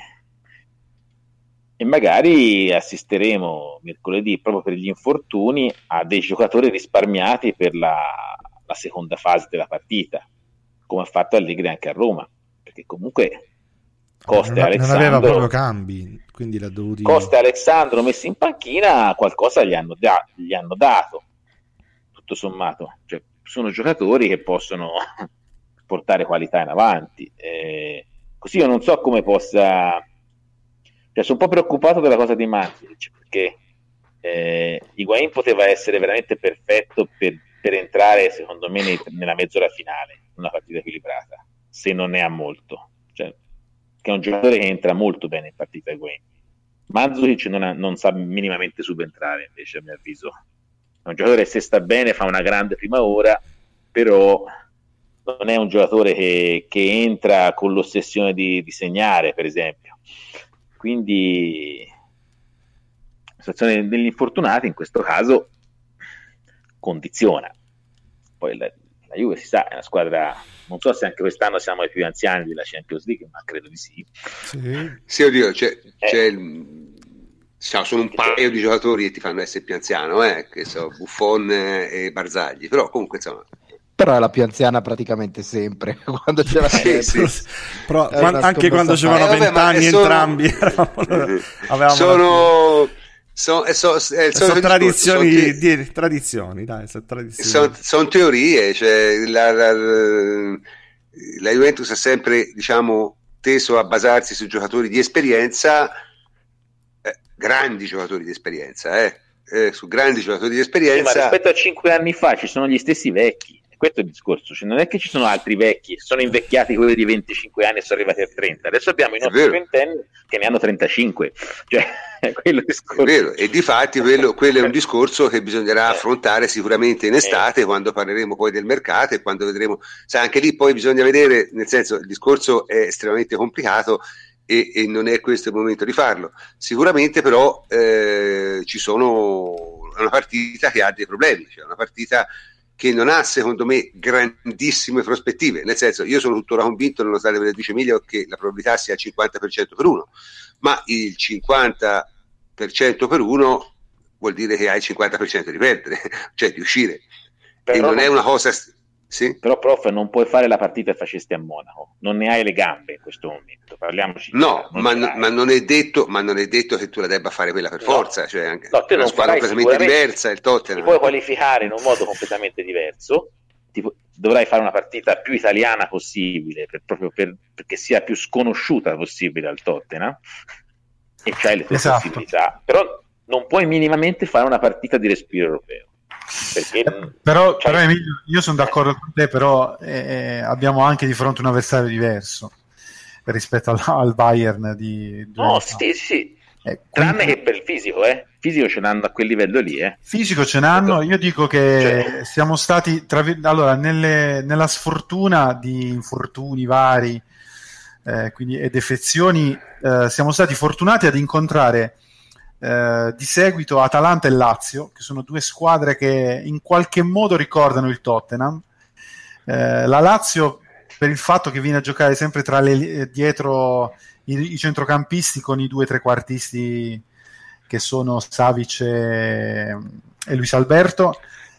magari assisteremo mercoledì, proprio per gli infortuni, a dei giocatori risparmiati per la seconda fase della partita, come ha fatto Allegri anche a Roma, perché comunque Costa e Alexandro non aveva proprio cambi, quindi l'ha dovuti... Costa e Alexandro messi in panchina qualcosa gli hanno dato, tutto sommato. Cioè, sono giocatori che possono portare qualità in avanti, così io non so come possa, cioè sono un po' preoccupato della cosa di Mandzukic, perché Higuain poteva essere veramente perfetto per entrare secondo me nella mezz'ora finale, una partita equilibrata, se non ne ha molto, cioè, che è un giocatore che entra molto bene in partita Higuain. Mandzukic non sa minimamente subentrare, invece, a mio avviso è un giocatore che se sta bene fa una grande prima ora, però non è un giocatore che entra con l'ossessione di segnare, per esempio. Quindi la situazione degli infortunati in questo caso condiziona. Poi la Juve, si sa, è una squadra, non so se anche quest'anno siamo i più anziani della Champions League, ma credo di sì. Sì, oddio, sono un paio di giocatori che ti fanno essere più anziano, che so, Buffon e Barzagli, però comunque insomma... Però è la più anziana praticamente sempre, quando c'è la sì. Però anche quando c'erano 20 anni entrambi avevamo sono tradizioni, dai, sono teorie, cioè la Juventus ha sempre, diciamo, teso a basarsi su giocatori di esperienza, grandi giocatori di esperienza, su grandi giocatori di esperienza. Sì, ma rispetto a 5 anni fa ci sono gli stessi vecchi. Questo è il discorso, cioè, non è che ci sono altri vecchi, sono invecchiati quelli di 25 anni e sono arrivati a 30, adesso abbiamo i nostri ventenni che ne hanno 35, cioè quello è il discorso. È vero, e difatti quello è un discorso che bisognerà affrontare sicuramente in estate, quando parleremo poi del mercato e quando vedremo, sai, anche lì poi bisogna vedere, nel senso, il discorso è estremamente complicato e non è questo il momento di farlo. Sicuramente però ci sono una partita che ha dei problemi, cioè una partita che non ha, secondo me, grandissime prospettive, nel senso, io sono tuttora convinto, nonostante ve lo dice Emilio, che la probabilità sia il 50% per 1, ma il 50% per 1 vuol dire che hai il 50% di perdere, cioè di uscire, però e non è una cosa... Sì? Però, prof, non puoi fare la partita che facesti a Monaco, non ne hai le gambe in questo momento, parliamoci. No, ma non è detto che tu la debba fare quella per forza, cioè anche una squadra completamente diversa, il Tottenham. Ti puoi qualificare in un modo completamente diverso, dovrai fare una partita più italiana possibile, proprio perché sia più sconosciuta possibile al Tottenham, e c'hai le tue possibilità, però non puoi minimamente fare una partita di respiro europeo. Però Emilio, io sono d'accordo con te, però abbiamo anche di fronte un avversario diverso rispetto al Bayern di no, sì, Tranne che per il fisico, fisico ce n'hanno a quel livello lì, Fisico ce n'hanno, io dico che siamo stati allora nella sfortuna di infortuni vari quindi, e defezioni, siamo stati fortunati ad incontrare di seguito Atalanta e Lazio, che sono due squadre che in qualche modo ricordano il Tottenham. La Lazio per il fatto che viene a giocare sempre dietro i centrocampisti con i due trequartisti che sono Savic e Luis Alberto,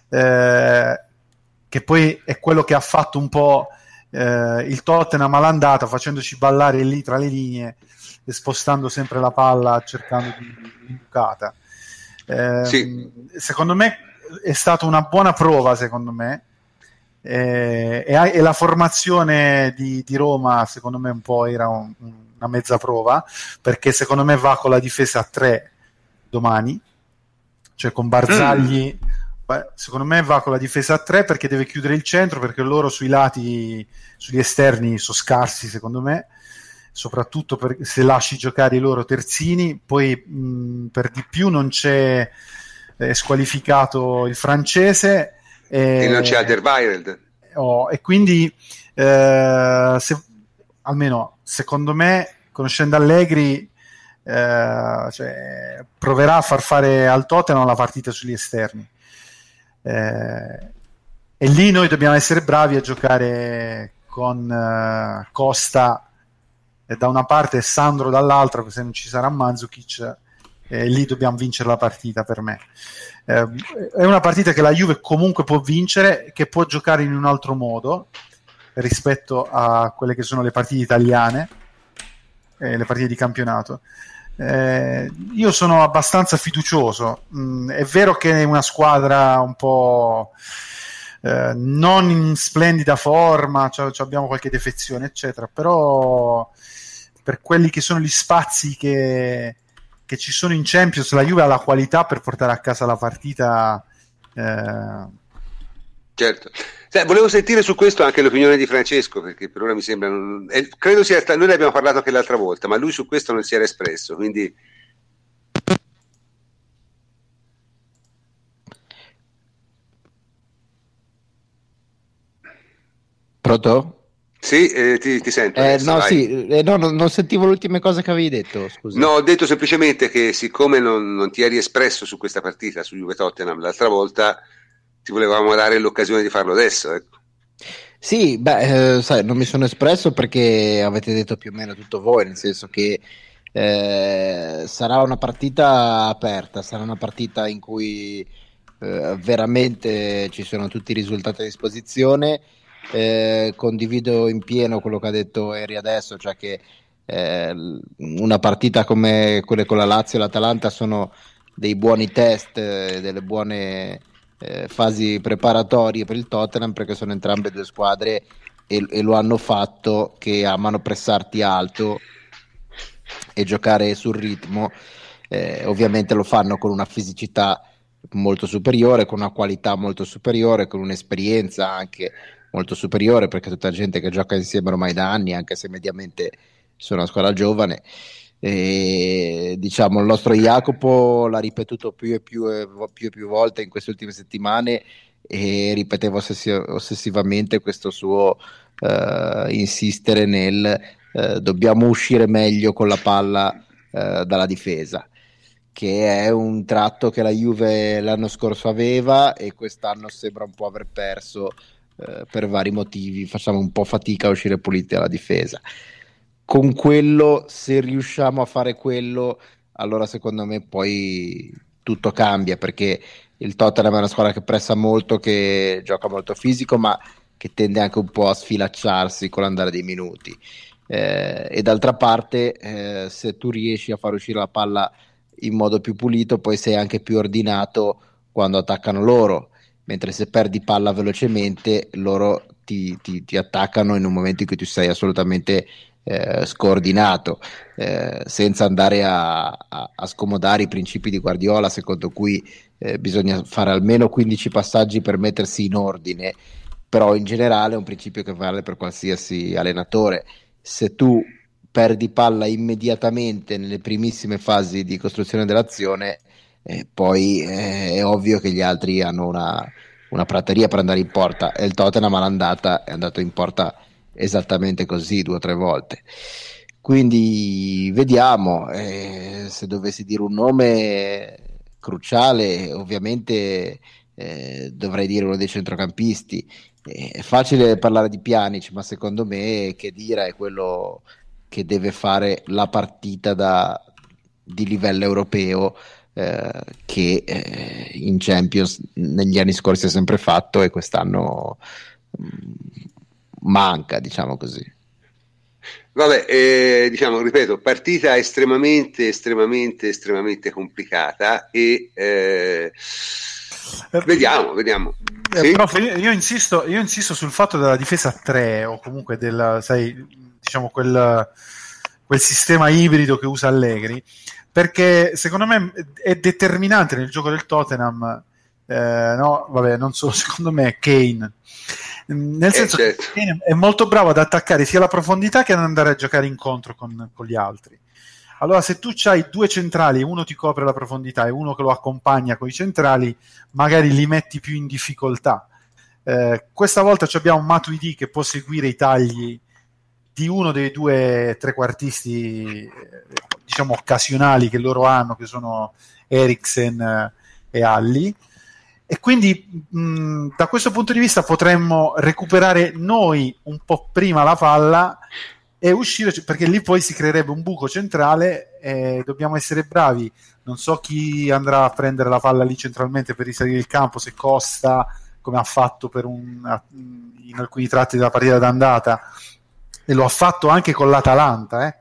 che poi è quello che ha fatto un po' il Tottenham all'andata, facendoci ballare lì tra le linee e spostando sempre la palla cercando di bucata. Sì. Secondo me è stata una buona prova, secondo me, e la formazione di Roma secondo me un po' era una mezza prova, perché secondo me va con la difesa a 3 domani, cioè con Barzagli. Secondo me va con la difesa a 3 perché deve chiudere il centro, perché loro sui lati, sugli esterni sono scarsi secondo me, soprattutto se lasci giocare i loro terzini. Poi per di più non c'è squalificato il francese e non c'è Alderweireld, e quindi almeno secondo me, conoscendo Allegri, proverà a far fare al Tottenham la partita sugli esterni, e lì noi dobbiamo essere bravi a giocare con Costa da una parte e Sandro dall'altra, se non ci sarà Mandzukic, lì dobbiamo vincere la partita. Per me è una partita che la Juve comunque può vincere, che può giocare in un altro modo rispetto a quelle che sono le partite italiane, le partite di campionato. Io sono abbastanza fiducioso. È vero che è una squadra un po' non in splendida forma, abbiamo qualche defezione eccetera, però per quelli che sono gli spazi che ci sono in Champions, la Juve ha la qualità per portare a casa la partita. Certo. Volevo sentire su questo anche l'opinione di Francesco, perché per ora mi sembra credo sia noi ne abbiamo parlato anche l'altra volta, ma lui su questo non si era espresso, quindi Pronto? sì, ti sento adesso, no, sì, no, non sentivo le ultime cose che avevi detto, scusa. No, ho detto semplicemente che siccome non ti eri espresso su questa partita, su Juve Tottenham l'altra volta, ti volevamo dare l'occasione di farlo adesso, ecco. Sì, sai, non mi sono espresso perché avete detto più o meno tutto voi, nel senso che sarà una partita aperta, sarà una partita in cui veramente ci sono tutti i risultati a disposizione. Condivido in pieno quello che ha detto Eri adesso, cioè che una partita come quelle con la Lazio e l'Atalanta sono dei buoni test, delle buone fasi preparatorie per il Tottenham, perché sono entrambe due squadre e lo hanno fatto, che amano pressarti alto e giocare sul ritmo. Ovviamente lo fanno con una fisicità molto superiore, con una qualità molto superiore, con un'esperienza anche molto superiore, perché è tutta gente che gioca insieme ormai da anni, anche se mediamente sono una squadra giovane. E diciamo il nostro Jacopo l'ha ripetuto più e più volte in queste ultime settimane, e ripeteva ossessivamente questo suo insistere nel dobbiamo uscire meglio con la palla dalla difesa, che è un tratto che la Juve l'anno scorso aveva e quest'anno sembra un po' aver perso per vari motivi. Facciamo un po' fatica a uscire puliti dalla difesa. Con quello, se riusciamo a fare quello, allora secondo me poi tutto cambia, perché il Tottenham è una squadra che pressa molto, che gioca molto fisico, ma che tende anche un po' a sfilacciarsi con l'andare dei minuti, e d'altra parte se tu riesci a far uscire la palla in modo più pulito, poi sei anche più ordinato quando attaccano loro, mentre se perdi palla velocemente loro ti attaccano in un momento in cui tu sei assolutamente scordinato, senza andare a scomodare i principi di Guardiola, secondo cui bisogna fare almeno 15 passaggi per mettersi in ordine, però in generale è un principio che vale per qualsiasi allenatore. Se tu perdi palla immediatamente nelle primissime fasi di costruzione dell'azione, poi è ovvio che gli altri hanno una prateria per andare in porta, e il Tottenham è andato in porta esattamente così 2 o 3 volte. Quindi vediamo, se dovessi dire un nome cruciale, ovviamente dovrei dire uno dei centrocampisti. È facile parlare di Pjanic, ma secondo me Khedira è quello che deve fare la partita di livello europeo, che in Champions negli anni scorsi ha sempre fatto, e quest'anno manca, diciamo così. Vabbè, diciamo, ripeto, partita estremamente complicata e vediamo. Sì? Prof, io insisto sul fatto della difesa a 3, o comunque diciamo quel sistema ibrido che usa Allegri, perché secondo me è determinante nel gioco del Tottenham. No, vabbè, non solo secondo me, Kane. Nel senso certo. che Kane è molto bravo ad attaccare sia la profondità che ad andare a giocare incontro con gli altri. Allora, se tu c'hai 2 centrali, uno ti copre la profondità e uno che lo accompagna con i centrali, magari li metti più in difficoltà. Questa volta abbiamo un Matuidi che può seguire i tagli di uno dei 2 trequartisti, diciamo occasionali che loro hanno, che sono Eriksen e Alli, e quindi da questo punto di vista potremmo recuperare noi un po' prima la palla e uscire, perché lì poi si creerebbe un buco centrale e dobbiamo essere bravi. Non so chi andrà a prendere la palla lì centralmente per risalire il campo, se Costa, come ha fatto in alcuni tratti della partita d'andata, e lo ha fatto anche con l'Atalanta,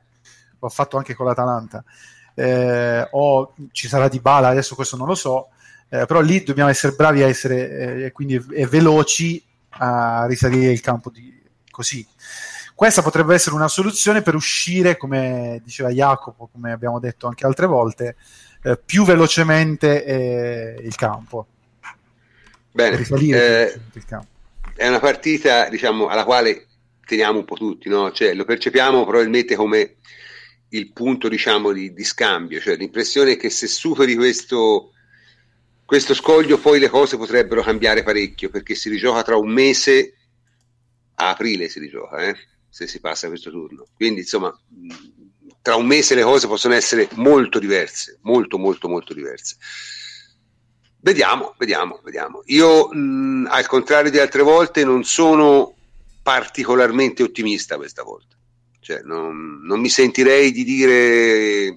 o ci sarà Dybala, adesso questo non lo so, però lì dobbiamo essere bravi a essere quindi veloci a risalire il campo così. Questa potrebbe essere una soluzione per uscire, come diceva Jacopo, come abbiamo detto anche altre volte, più velocemente il campo. Bene, Risalire il campo. È una partita, diciamo, alla quale teniamo un po' tutti, no? Cioè, lo percepiamo probabilmente come il punto, diciamo, di scambio, cioè l'impressione è che se superi questo scoglio poi le cose potrebbero cambiare parecchio, perché si rigioca tra un mese, a aprile si rigioca, se si passa questo turno, quindi insomma tra un mese le cose possono essere molto diverse, molto diverse. Vediamo. Io al contrario di altre volte non sono particolarmente ottimista questa volta, cioè non mi sentirei di dire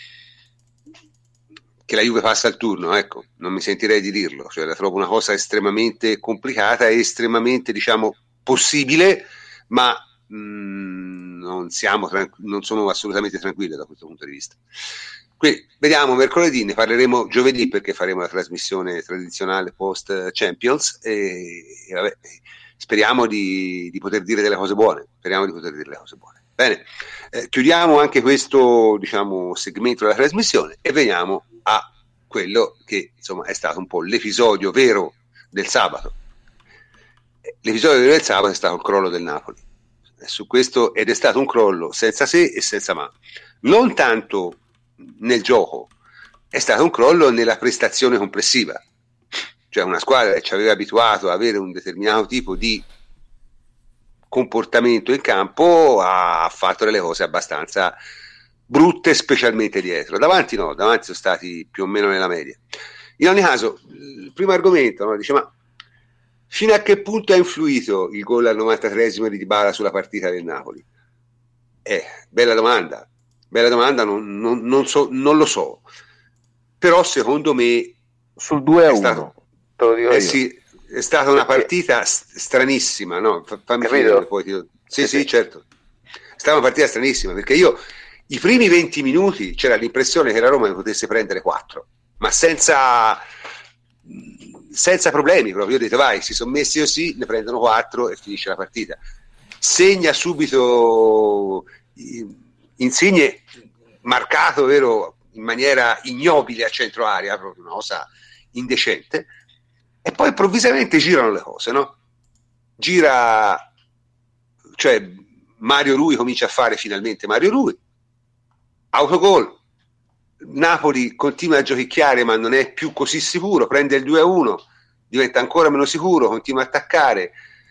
che la Juve passa il turno, ecco, non mi sentirei di dirlo, cioè la trovo una cosa estremamente complicata e estremamente, diciamo, possibile, ma non sono assolutamente tranquillo da questo punto di vista. Quindi vediamo mercoledì, ne parleremo giovedì perché faremo la trasmissione tradizionale post Champions e vabbè, speriamo di poter dire delle cose buone. Bene, chiudiamo anche questo, diciamo, segmento della trasmissione e veniamo a quello che insomma è stato un po' l'episodio vero del sabato. L'episodio vero del sabato è stato il crollo del Napoli. Su questo, ed è stato un crollo senza se e senza ma, non tanto nel gioco, è stato un crollo nella prestazione complessiva, cioè una squadra che ci aveva abituato a avere un determinato tipo di comportamento in campo ha fatto delle cose abbastanza brutte, specialmente dietro. Davanti sono stati più o meno nella media. In ogni caso, il primo argomento, no, dice, ma fino a che punto ha influito il gol al 93esimo di Dybala sulla partita del Napoli? Bella domanda, non lo so, però secondo me sul 2-1 te lo dico io. Sì, è stata una partita stranissima, no? Fammi finire poi. Sì, certo. È stata una partita stranissima, perché io i primi 20 minuti c'era l'impressione che la Roma ne potesse prendere 4, ma senza problemi proprio. Io ho detto vai, si sono messi così, ne prendono 4 e finisce la partita. Segna subito Insigne, marcato, vero, in maniera ignobile a centro area, proprio una cosa indecente, e poi improvvisamente girano le cose, no? Cioè Mario Rui comincia a fare finalmente Mario Rui, autogol, Napoli continua a giochicchiare ma non è più così sicuro, prende il 2-1, diventa ancora meno sicuro, continua a attaccare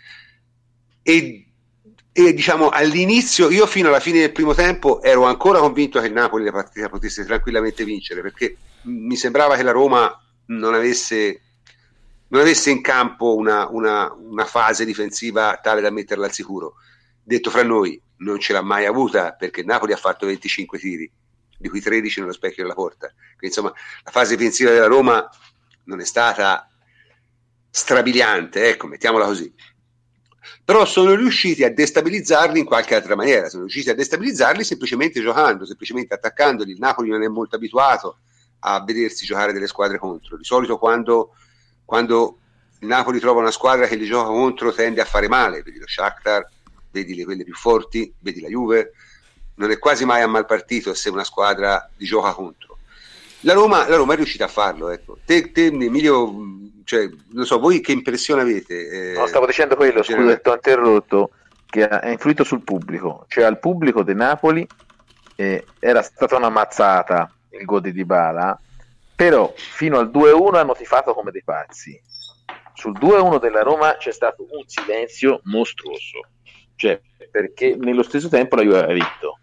e diciamo all'inizio, io fino alla fine del primo tempo ero ancora convinto che il Napoli la partita potesse tranquillamente vincere, perché mi sembrava che la Roma non avesse in campo una fase difensiva tale da metterla al sicuro. Detto fra noi, non ce l'ha mai avuta, perché Napoli ha fatto 25 tiri, di cui 13 nello specchio della porta. Quindi, insomma, la fase difensiva della Roma non è stata strabiliante, ecco, mettiamola così. Però sono riusciti a destabilizzarli in qualche altra maniera, sono riusciti a destabilizzarli semplicemente giocando, semplicemente attaccandoli. Il Napoli non è molto abituato a vedersi giocare delle squadre contro. Di solito quando il Napoli trova una squadra che li gioca contro tende a fare male, vedi lo Shakhtar, vedi quelle più forti, vedi la Juve, non è quasi mai a mal partito se una squadra li gioca contro. La Roma è riuscita a farlo, ecco. Te Emilio, cioè, non so, voi che impressione avete? No, stavo dicendo quello, scusa, ti ho interrotto, che ha influito sul pubblico, cioè al pubblico di Napoli era stata una mazzata il gol di Dybala, però fino al 2-1 hanno tifato come dei pazzi. Sul 2-1 della Roma c'è stato un silenzio mostruoso, cioè perché nello stesso tempo la Juve aveva vinto,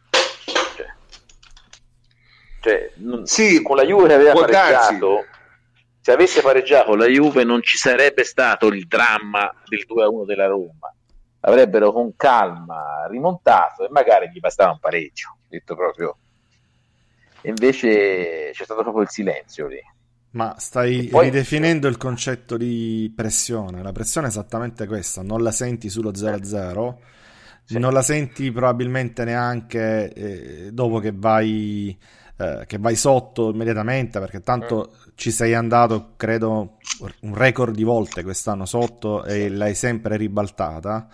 sì, con la Juve che aveva pareggiato, se avesse pareggiato la Juve non ci sarebbe stato il dramma del 2-1 della Roma, avrebbero con calma rimontato e magari gli bastava un pareggio, detto proprio. E invece c'è stato proprio il silenzio lì. Ma stai ridefinendo il concetto di pressione. La pressione è esattamente questa, non la senti sullo 0-0, sì. Non la senti probabilmente neanche dopo che vai sotto immediatamente, perché tanto ci sei andato, credo, un record di volte quest'anno sotto e l'hai sempre ribaltata,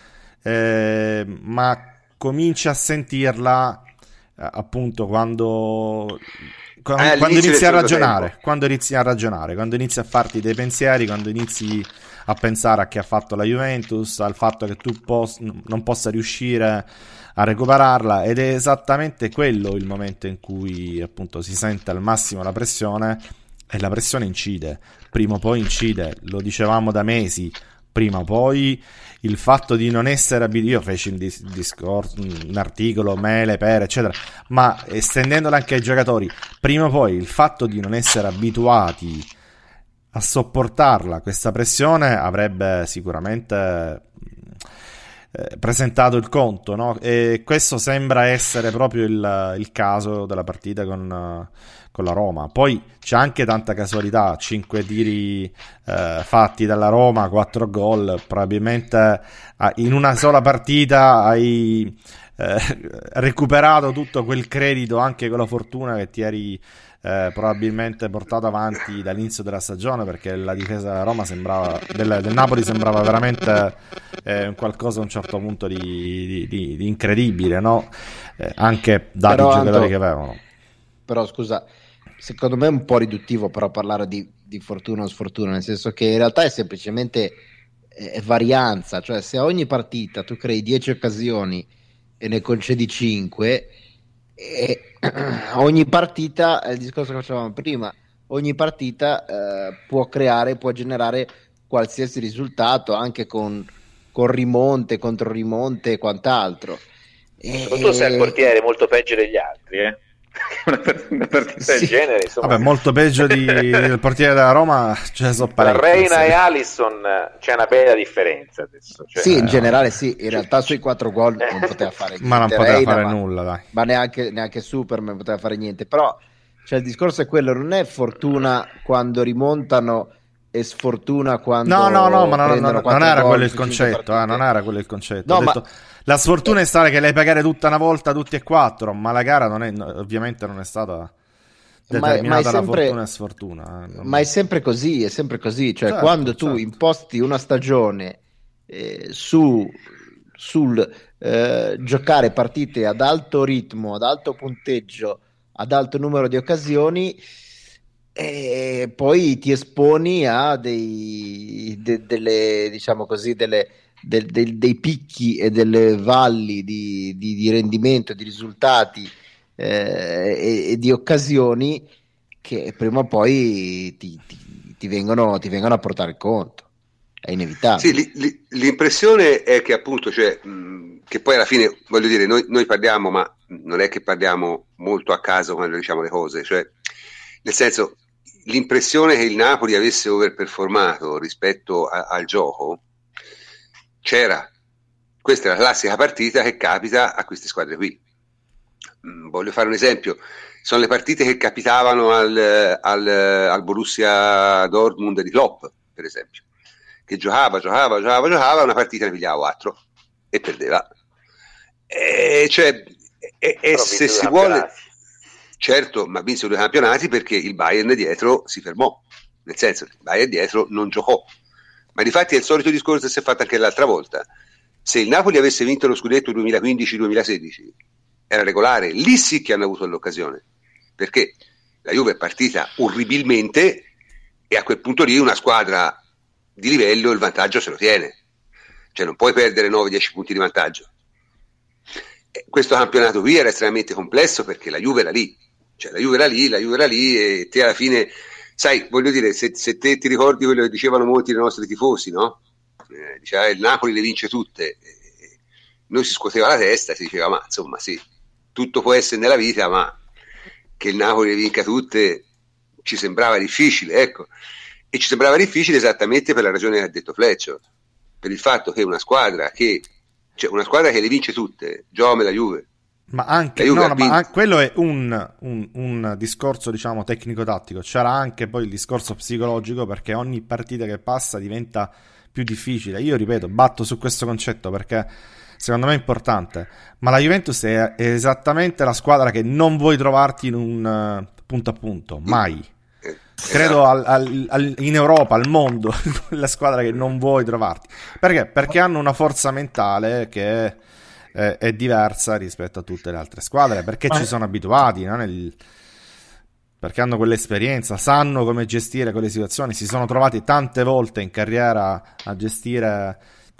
ma cominci a sentirla appunto quando inizi a ragionare, quando inizi a farti dei pensieri, quando inizi a pensare a che ha fatto la Juventus, al fatto che tu non possa riuscire a recuperarla, ed è esattamente quello il momento in cui appunto si sente al massimo la pressione, e la pressione incide, prima o poi incide, lo dicevamo da mesi, prima o poi il fatto di non essere abituati, io feci un articolo, mele, pere, eccetera, ma estendendolo anche ai giocatori, prima o poi il fatto di non essere abituati a sopportarla, questa pressione, avrebbe sicuramente presentato il conto, no? E questo sembra essere proprio il caso della partita con la Roma. Poi c'è anche tanta casualità, 5 tiri fatti dalla Roma, 4 gol, probabilmente in una sola partita hai recuperato tutto quel credito anche con la fortuna che ti eri probabilmente portato avanti dall'inizio della stagione, perché la difesa della Roma del Napoli sembrava veramente qualcosa a un certo punto di incredibile, no? Anche dati i giocatori che avevano. Però scusa, secondo me è un po' riduttivo però parlare di fortuna o sfortuna, nel senso che in realtà è semplicemente varianza, cioè se a ogni partita tu crei 10 occasioni e ne concedi 5, e ogni partita, è il discorso che facevamo prima, ogni partita può generare qualsiasi risultato, anche con rimonte, contro rimonte e quant'altro. Soprattutto se il portiere è molto peggio degli altri, una partita del genere, insomma. Vabbè, molto peggio del portiere della Roma, cioè, tra Reina e Alisson c'è una bella differenza adesso, cioè, sì, in generale sì, in realtà sui 4 gol non poteva fare niente, ma non poteva fare nulla, dai. Ma neanche Superman poteva fare niente. Però cioè, il discorso è quello, non è fortuna quando rimontano e sfortuna quando no, ma non era quello il concetto, non era quello il concetto. No, la sfortuna è stata che lei pagare tutta una volta tutti e 4, ma la gara ovviamente non è stata determinata da fortuna e sfortuna. Ma è sempre così, cioè certo, quando tu imposti una stagione sul giocare partite ad alto ritmo, ad alto punteggio, ad alto numero di occasioni, e poi ti esponi a delle diciamo così delle dei picchi e delle valli di rendimento, di risultati e di occasioni che prima o poi ti vengono a portare conto. È inevitabile. Sì, l'impressione è che appunto, cioè, che poi alla fine, voglio dire, noi parliamo, ma non è che parliamo molto a caso quando diciamo le cose, cioè, nel senso, l'impressione che il Napoli avesse overperformato rispetto al gioco c'era. Questa è la classica partita che capita a queste squadre qui. Voglio fare un esempio: sono le partite che capitavano al Borussia Dortmund di Klopp, per esempio, che giocava una partita, ne pigliava 4 e perdeva. Cioè, se si vuole, certo, ma vinse 2 campionati perché il Bayern dietro si fermò, nel senso che il Bayern dietro non giocò. Ma difatti è il solito discorso che si è fatto anche l'altra volta. Se il Napoli avesse vinto lo scudetto 2015-2016 era regolare, lì sì che hanno avuto l'occasione, perché la Juve è partita orribilmente e a quel punto lì una squadra di livello il vantaggio se lo tiene, cioè non puoi perdere 9-10 punti di vantaggio. Questo campionato qui era estremamente complesso perché la Juve era lì, cioè la Juve era lì e te alla fine, sai, voglio dire, se te ti ricordi quello che dicevano molti dei nostri tifosi, no? Diceva il Napoli le vince tutte, noi si scuoteva la testa e si diceva, ma insomma sì, tutto può essere nella vita, ma che il Napoli le vinca tutte ci sembrava difficile, ecco. E ci sembrava difficile esattamente per la ragione che ha detto Fleccio, per il fatto che una squadra che le vince tutte, gioca come la Juve. Ma anche quello è un discorso, diciamo, tecnico-tattico. C'era anche poi il discorso psicologico, perché ogni partita che passa diventa più difficile. Io ripeto, batto su questo concetto perché secondo me è importante, ma la Juventus è esattamente la squadra che non vuoi trovarti in un punto a punto, mai. Credo in Europa, al mondo, la squadra che non vuoi trovarti. Perché? Perché hanno una forza mentale che è diversa rispetto a tutte le altre squadre, perché ci sono abituati, no? Perché hanno quell'esperienza, sanno come gestire quelle situazioni, si sono trovati tante volte in carriera a gestire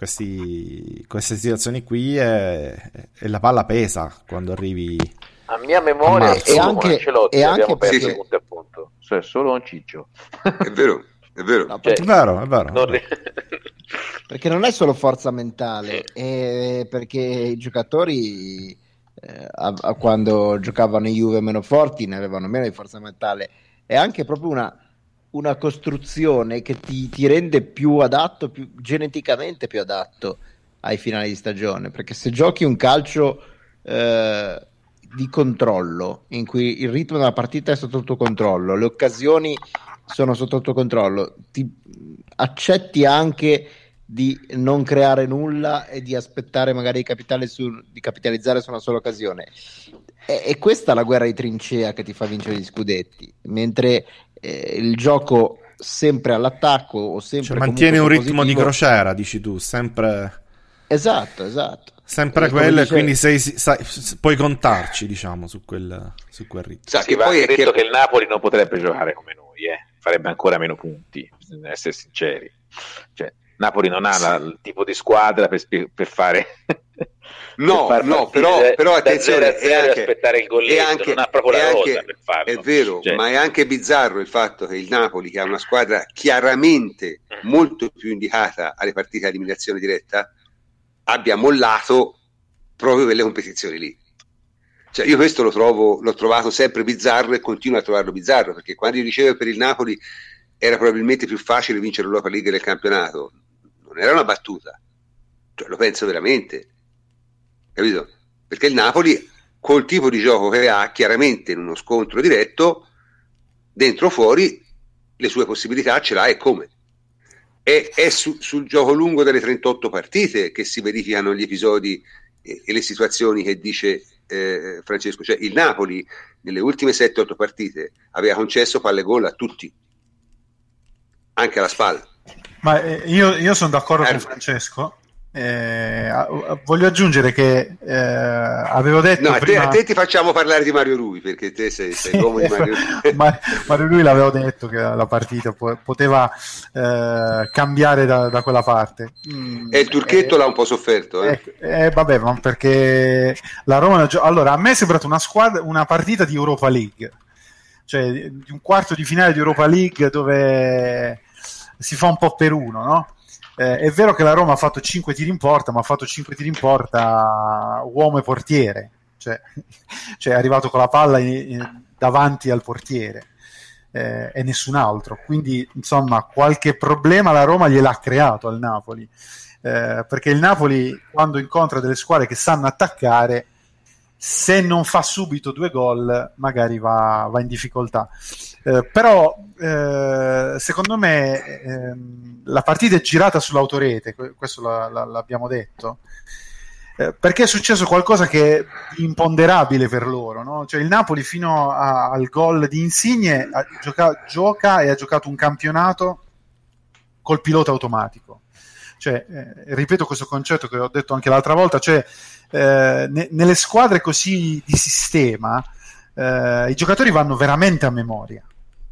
queste situazioni qui e la palla pesa quando arrivi. A mia memoria e anche abbiamo perso perché... punto a punto, cioè solo un ciccio. È vero. No, cioè, è vero. Perché non è solo forza mentale, è perché i giocatori quando giocavano in Juve meno forti ne avevano meno di forza mentale, è anche proprio una costruzione che ti rende più adatto, geneticamente più adatto ai finali di stagione, perché se giochi un calcio di controllo, in cui il ritmo della partita è sotto il tuo controllo, le occasioni sono sotto il tuo controllo, ti accetti anche di non creare nulla e di aspettare magari di capitalizzare su una sola occasione. E questa è la guerra di trincea che ti fa vincere gli scudetti, mentre il gioco sempre all'attacco o sempre mantiene un ritmo di crociera, dici tu, sempre. Esatto. Sempre quello, e quindi puoi contarci, diciamo, su quel ritmo. Sì, va anche detto che il Napoli non potrebbe giocare come noi, farebbe ancora meno punti, bisogna essere sinceri. Cioè, Napoli non ha il tipo di squadra per fare. No, però attenzione, è anche, aspettare il golletto, non ha proprio la rosa per farlo. È vero, cioè, ma è anche bizzarro il fatto che il Napoli, che ha una squadra chiaramente molto più indicata alle partite a eliminazione diretta, abbia mollato proprio per le competizioni lì. Cioè, io questo l'ho trovato sempre bizzarro e continuo a trovarlo bizzarro, perché quando io dicevo per il Napoli era probabilmente più facile vincere l'Europa League del campionato, non era una battuta, cioè, lo penso veramente, capito? Perché il Napoli, col tipo di gioco che ha, chiaramente in uno scontro diretto, dentro o fuori, le sue possibilità ce l'ha, e come? È sul gioco lungo delle 38 partite che si verificano gli episodi e le situazioni che dice Francesco. Cioè, il Napoli nelle ultime 7-8 partite aveva concesso palle gol a tutti, anche alla spalla. Ma io sono d'accordo con Francesco, Voglio aggiungere che avevo detto no, prima... a te ti facciamo parlare di Mario Rui, perché te sei l'uomo di Mario Rui. Mario Rui l'avevo detto che la partita poteva cambiare da quella parte. E il turchetto l'ha un po' sofferto. Vabbè, ma perché la Roma... Allora, a me è sembrata una partita di Europa League, cioè di un quarto di finale di Europa League dove si fa un po' per uno, no? È vero che la Roma ha fatto 5 tiri in porta, ma ha fatto 5 tiri in porta uomo e portiere, cioè è arrivato con la palla davanti al portiere e nessun altro, quindi insomma qualche problema la Roma gliel'ha creato al Napoli, perché il Napoli quando incontra delle squadre che sanno attaccare, se non fa subito 2 gol magari va in difficoltà. Però secondo me la partita è girata sull'autorete, questo l'abbiamo detto, perché è successo qualcosa che è imponderabile per loro, no? Cioè il Napoli fino al gol di Insigne gioca e ha giocato un campionato col pilota automatico, cioè ripeto questo concetto che ho detto anche l'altra volta, cioè nelle squadre così di sistema i giocatori vanno veramente a memoria,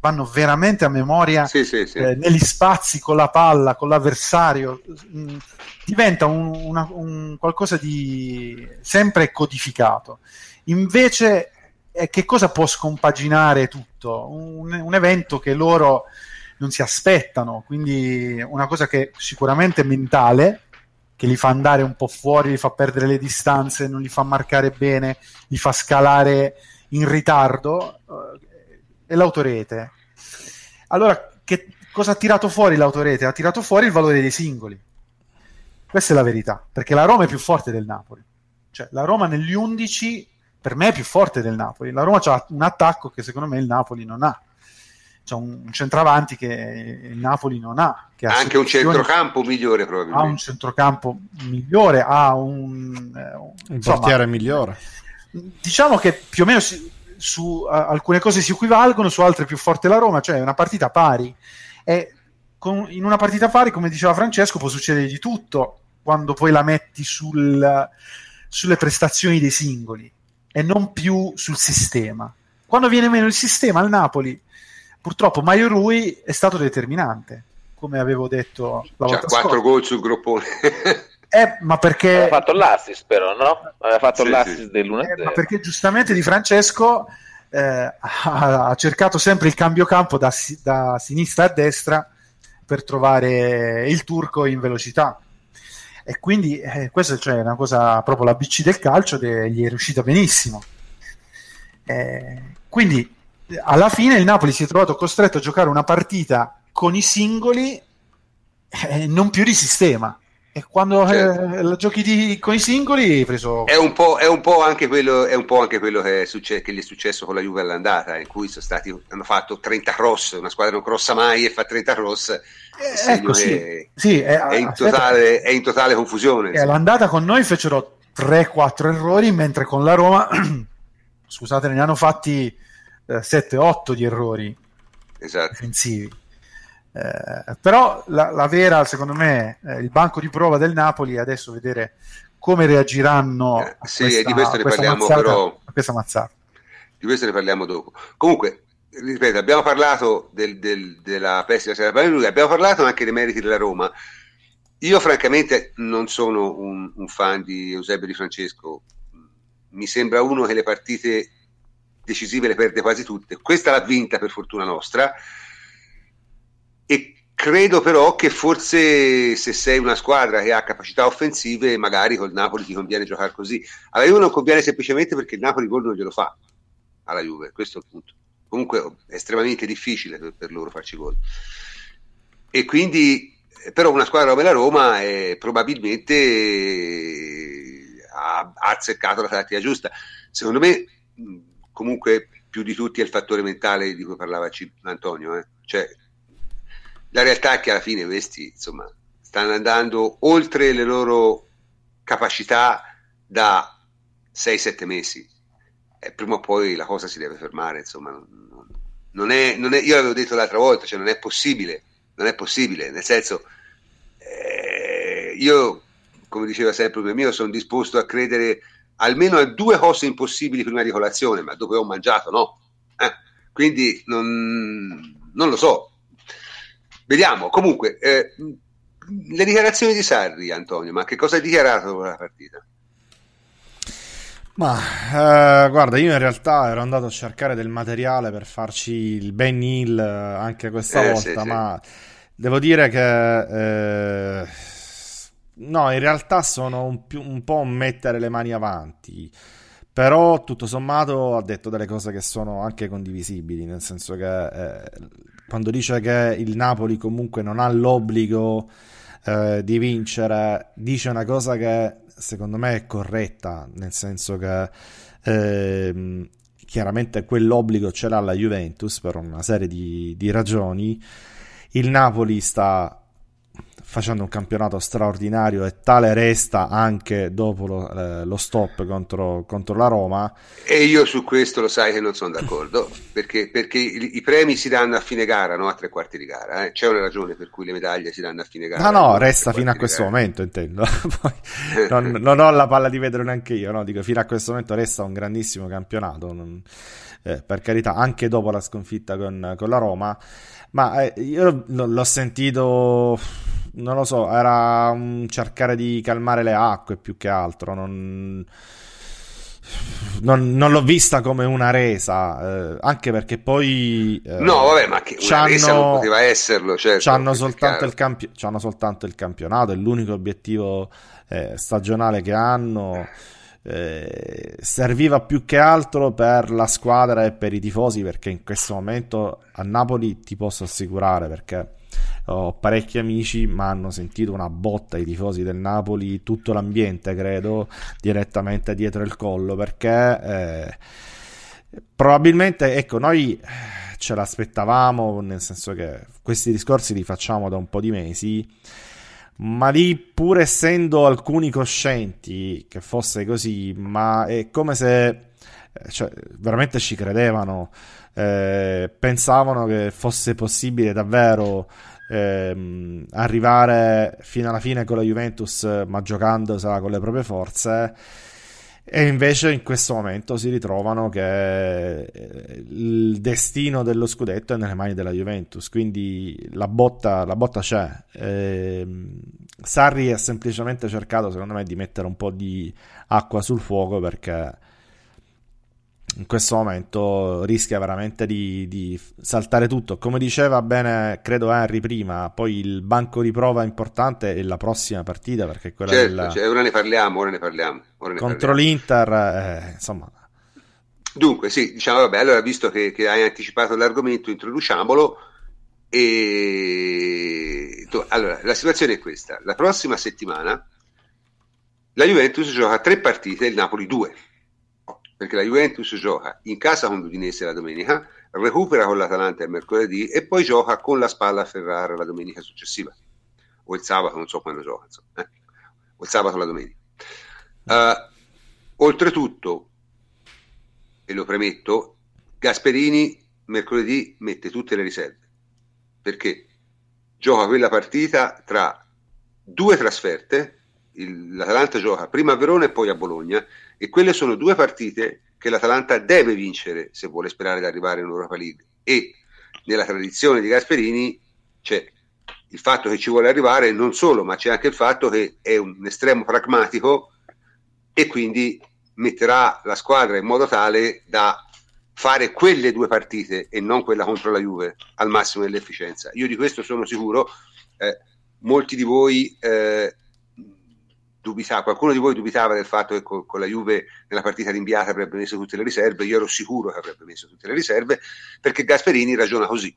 Sì. negli spazi con la palla, con l'avversario, diventa un qualcosa di sempre codificato. Invece che cosa può scompaginare tutto? Un evento che loro non si aspettano, quindi una cosa che sicuramente è mentale, che li fa andare un po' fuori, li fa perdere le distanze, non li fa marcare bene, li fa scalare in ritardo, è l'autorete. Allora, che cosa ha tirato fuori l'autorete? Ha tirato fuori il valore dei singoli. Questa è la verità, perché la Roma è più forte del Napoli. Cioè, la Roma negli 11 per me è più forte del Napoli. La Roma ha un attacco che secondo me il Napoli non ha. C'è un centravanti che il Napoli non ha. Che ha anche un centrocampo migliore probabilmente. Ha un centrocampo migliore, ha un portiere migliore. Diciamo che più o meno su alcune cose si equivalgono, su altre è più forte la Roma, cioè è una partita pari. E in una partita pari, come diceva Francesco, può succedere di tutto quando poi la metti sulle prestazioni dei singoli e non più sul sistema. Quando viene meno il sistema al Napoli, purtroppo Mario Rui è stato determinante, come avevo detto la volta scorsa. 4 gol sul groppone. Ma perché aveva fatto l'assist, però, no? Aveva fatto l'assist dell'1-0. Ma perché giustamente Di Francesco ha cercato sempre il cambio campo da sinistra a destra per trovare il turco in velocità, e quindi questa cioè, è una cosa proprio l'ABC del calcio, gli è riuscita benissimo. Quindi alla fine il Napoli si è trovato costretto a giocare una partita con i singoli, non più di sistema. E quando giochi con i singoli hai preso... È un po' anche quello che gli è successo con la Juve all'andata, in cui hanno fatto 30 cross, una squadra non crossa mai e fa 30 cross. Ecco, è in totale confusione. All'andata con noi fecero 3-4 errori, mentre con la Roma scusate, ne hanno fatti 7-8 di errori difensivi. Però la vera, secondo me, il banco di prova del Napoli è adesso vedere come reagiranno a questa mazzata. Di questo ne parliamo dopo. Comunque, ripeto, abbiamo parlato della pessima sera di lui, abbiamo parlato anche dei meriti della Roma. Io francamente non sono un fan di Eusebio Di Francesco, mi sembra uno che le partite decisive le perde quasi tutte. Questa l'ha vinta per fortuna nostra, e credo però che forse se sei una squadra che ha capacità offensive, magari col Napoli ti conviene giocare così. Alla Juve non conviene semplicemente perché il Napoli gol non glielo fa alla Juve, questo è il punto. Comunque è estremamente difficile per loro farci gol, e quindi però una squadra come la Roma probabilmente ha azzeccato la tattica giusta. Secondo me comunque più di tutti è il fattore mentale di cui parlava Antonio, cioè la realtà è che alla fine questi insomma stanno andando oltre le loro capacità da 6-7 mesi, e prima o poi la cosa si deve fermare, insomma non è, io l'avevo detto l'altra volta, cioè non è possibile, nel senso io come diceva sempre un mio, sono disposto a credere almeno a 2 cose impossibili prima di colazione, ma dopo ho mangiato, no? Quindi non lo so. Vediamo. Comunque, le dichiarazioni di Sarri, Antonio, ma che cosa hai dichiarato dopo la partita? Ma guarda, io in realtà ero andato a cercare del materiale per farci il Ben Hill anche questa volta, sì. ma devo dire che no, in realtà sono un po' un mettere le mani avanti, però tutto sommato ha detto delle cose che sono anche condivisibili, nel senso che quando dice che il Napoli comunque non ha l'obbligo di vincere, dice una cosa che secondo me è corretta, nel senso che chiaramente quell'obbligo ce l'ha la Juventus per una serie di ragioni. Il Napoli sta facendo un campionato straordinario e tale resta anche dopo lo stop contro la Roma. E io su questo lo sai che non sono d'accordo, perché i premi si danno a fine gara, no a 3/4 di gara. C'è una ragione per cui le medaglie si danno a fine gara. No, resta fino a questo momento, intendo. Poi non ho la palla di vedere neanche io, no? Dico, fino a questo momento resta un grandissimo campionato, per carità, anche dopo la sconfitta con la Roma. Ma io l'ho sentito, non lo so, era un cercare di calmare le acque più che altro. Non l'ho vista come una resa, anche perché poi no, vabbè, ma che una resa non poteva esserlo, certo. C'hanno soltanto il campionato, è l'unico obiettivo stagionale che hanno. Serviva più che altro per la squadra e per i tifosi, perché in questo momento a Napoli ti posso assicurare, perché ho parecchi amici, ma hanno sentito una botta i tifosi del Napoli, tutto l'ambiente credo, direttamente dietro il collo, perché probabilmente, ecco, noi ce l'aspettavamo, nel senso che questi discorsi li facciamo da un po' di mesi, ma lì, pur essendo alcuni coscienti che fosse così, ma è come se veramente ci credevano, pensavano che fosse possibile davvero arrivare fino alla fine con la Juventus, ma giocandosela con le proprie forze. E invece in questo momento si ritrovano che il destino dello scudetto è nelle mani della Juventus, quindi la botta c'è. Sarri ha semplicemente cercato, secondo me, di mettere un po' di acqua sul fuoco, perché in questo momento rischia veramente di saltare tutto. Come diceva bene, credo Henry prima, poi il banco di prova importante è la prossima partita, perché è quella ora ne parliamo contro l'Inter, insomma. Dunque sì, diciamo, vabbè, allora visto che hai anticipato l'argomento, introduciamolo. Allora, la situazione è questa: la prossima settimana la Juventus gioca 3 partite, il Napoli 2, perché la Juventus gioca in casa con l'Udinese la domenica, recupera con l'Atalanta il mercoledì e poi gioca con la Spalla a Ferrara la domenica successiva, o il sabato, non so quando gioca, insomma, o il sabato o la domenica. Oltretutto, e lo premetto, Gasperini mercoledì mette tutte le riserve, perché gioca quella partita tra 2 trasferte. L'Atalanta gioca prima a Verona e poi a Bologna, e quelle sono 2 partite che l'Atalanta deve vincere se vuole sperare di arrivare in Europa League, e nella tradizione di Gasperini c'è il fatto che ci vuole arrivare, non solo, ma c'è anche il fatto che è un estremo pragmatico e quindi metterà la squadra in modo tale da fare quelle 2 partite e non quella contro la Juve al massimo dell'efficienza. Io di questo sono sicuro. Molti di voi qualcuno di voi dubitava del fatto che con la Juve nella partita rinviata avrebbe messo tutte le riserve. Io ero sicuro che avrebbe messo tutte le riserve, perché Gasperini ragiona così.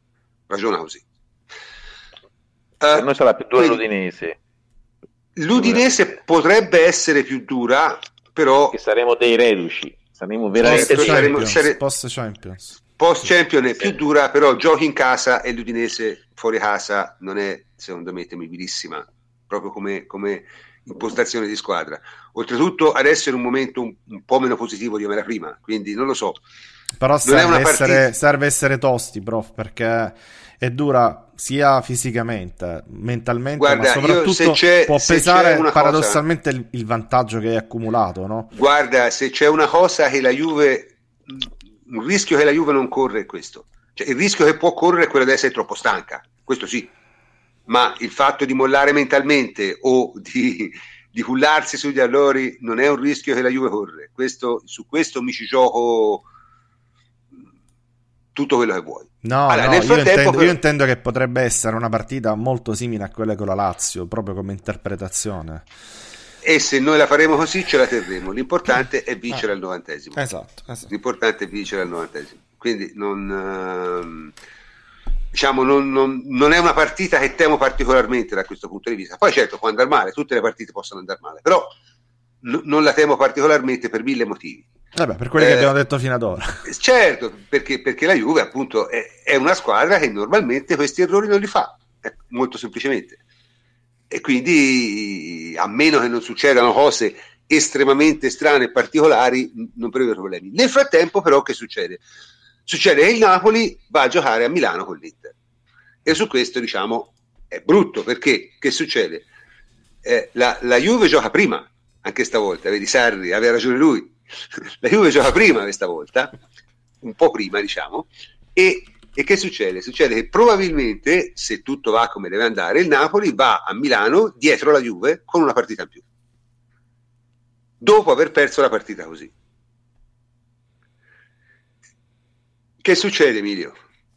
Per noi sarà più dura l'Udinese. L'Udinese potrebbe essere più dura, però che saremo dei reduci, saremo veramente post-Champions è più dura, però giochi in casa e l'Udinese fuori casa non è, secondo me, temibilissima, proprio come impostazione di squadra. Oltretutto adesso è un momento un po' meno positivo di come era prima, quindi non lo so. Però serve essere tosti, prof, perché è dura sia fisicamente, mentalmente, guarda, ma soprattutto può pesare paradossalmente il vantaggio che hai accumulato, no? Guarda, se c'è una cosa che la Juve, un rischio che la Juve non corre è questo. Cioè, il rischio che può correre è quello di essere troppo stanca, questo sì, ma il fatto di mollare mentalmente o di cullarsi sugli allori non è un rischio che la Juve corre. Su questo mi ci gioco tutto quello che vuoi. Io intendo che potrebbe essere una partita molto simile a quella con la Lazio, proprio come interpretazione. E se noi la faremo così ce la terremo. L'importante è vincere al 90esimo. Esatto. L'importante è vincere al 90esimo. Quindi non è una partita che temo particolarmente da questo punto di vista. Poi certo può andare male, tutte le partite possono andare male, però non la temo particolarmente per 1000 motivi. Vabbè, per quelli che abbiamo detto fino ad ora. Certo, perché la Juve appunto è una squadra che normalmente questi errori non li fa, molto semplicemente. E quindi, a meno che non succedano cose estremamente strane e particolari, non prevedo problemi. Nel frattempo però che succede? Succede che il Napoli va a giocare a Milano con l'Inter. E su questo, diciamo, è brutto, perché che succede? La Juve gioca prima, anche stavolta, vedi, Sarri aveva ragione lui. La Juve gioca prima questa volta, un po' prima, diciamo, e che succede? Succede che probabilmente, se tutto va come deve andare, il Napoli va a Milano dietro la Juve con una partita in più, dopo aver perso la partita così. Che succede, Emilio?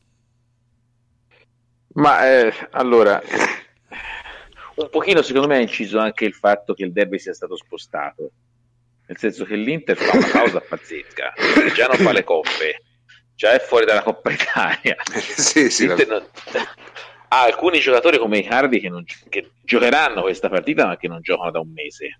Ma allora, un pochino secondo me ha inciso anche il fatto che il derby sia stato spostato, nel senso che l'Inter fa una pausa pazzesca, già non fa le coppe, già è fuori dalla Coppa Italia. Sì, ha alcuni giocatori come Icardi che giocheranno questa partita ma che non giocano da un mese,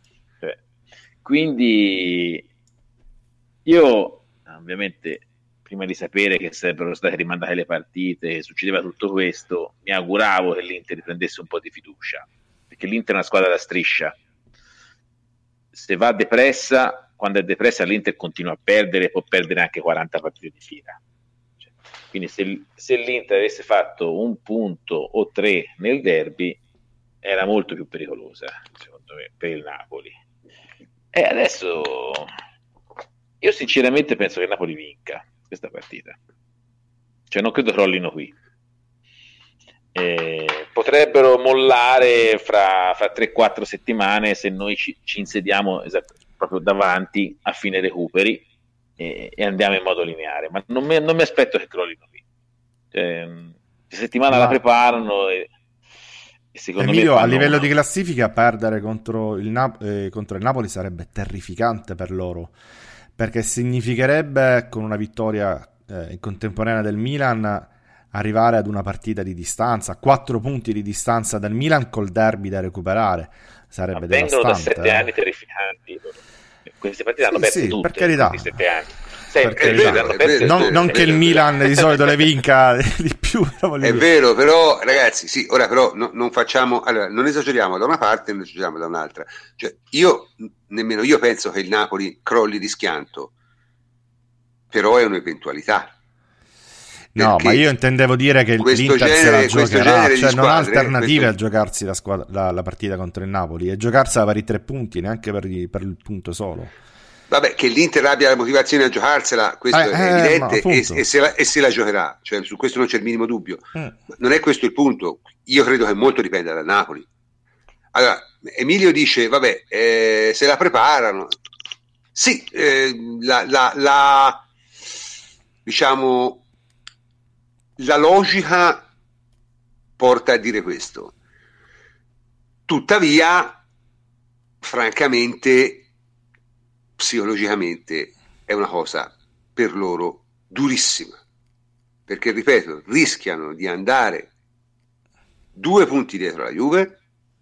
quindi io ovviamente prima di sapere che sarebbero state rimandate le partite, succedeva tutto questo, mi auguravo che l'Inter riprendesse un po' di fiducia, perché l'Inter è una squadra da striscia. Se va depressa, quando è depressa l'Inter continua a perdere, può perdere anche 40 partite di fila. Quindi se l'Inter avesse fatto un punto o 3 nel derby, era molto più pericolosa, secondo me, per il Napoli. E adesso io sinceramente penso che il Napoli vinca questa partita. Cioè non credo crollino qui. Potrebbero mollare fra 3-4 settimane se noi ci insediamo proprio davanti a fine recuperi e andiamo in modo lineare, ma non mi aspetto che crollino qui. La settimana la preparano e secondo Emilio, me a livello di classifica perdere contro il Napoli sarebbe terrificante per loro, perché significherebbe, con una vittoria in contemporanea del Milan, arrivare ad una partita di distanza, 4 punti di distanza dal Milan col derby da recuperare. Sarebbe devastante. Vengono da 7 anni terrificanti. Queste partite hanno perso tutte, per carità. In 7 anni. Non che il Milan di solito le vinca di più. È vero, però ragazzi, sì, ora però non facciamo, allora, non esageriamo da una parte e non esageriamo da un'altra. Cioè, nemmeno io penso che il Napoli crolli di schianto, però è un'eventualità. No, ma io intendevo dire che l'Inter se la giocherà, cioè non ha alternative a giocarsi la partita contro il Napoli e giocarsela per i 3 punti, neanche per il punto solo. Vabbè, che l'Inter abbia la motivazione a giocarsela, questo è evidente, e se la giocherà, cioè su questo non c'è il minimo dubbio. Non è questo il punto. Io credo che molto dipenda dal Napoli. Allora, Emilio dice, vabbè, se la preparano. Sì, diciamo, la logica porta a dire questo. Tuttavia, francamente, psicologicamente è una cosa per loro durissima, perché ripeto, rischiano di andare 2 punti dietro la Juve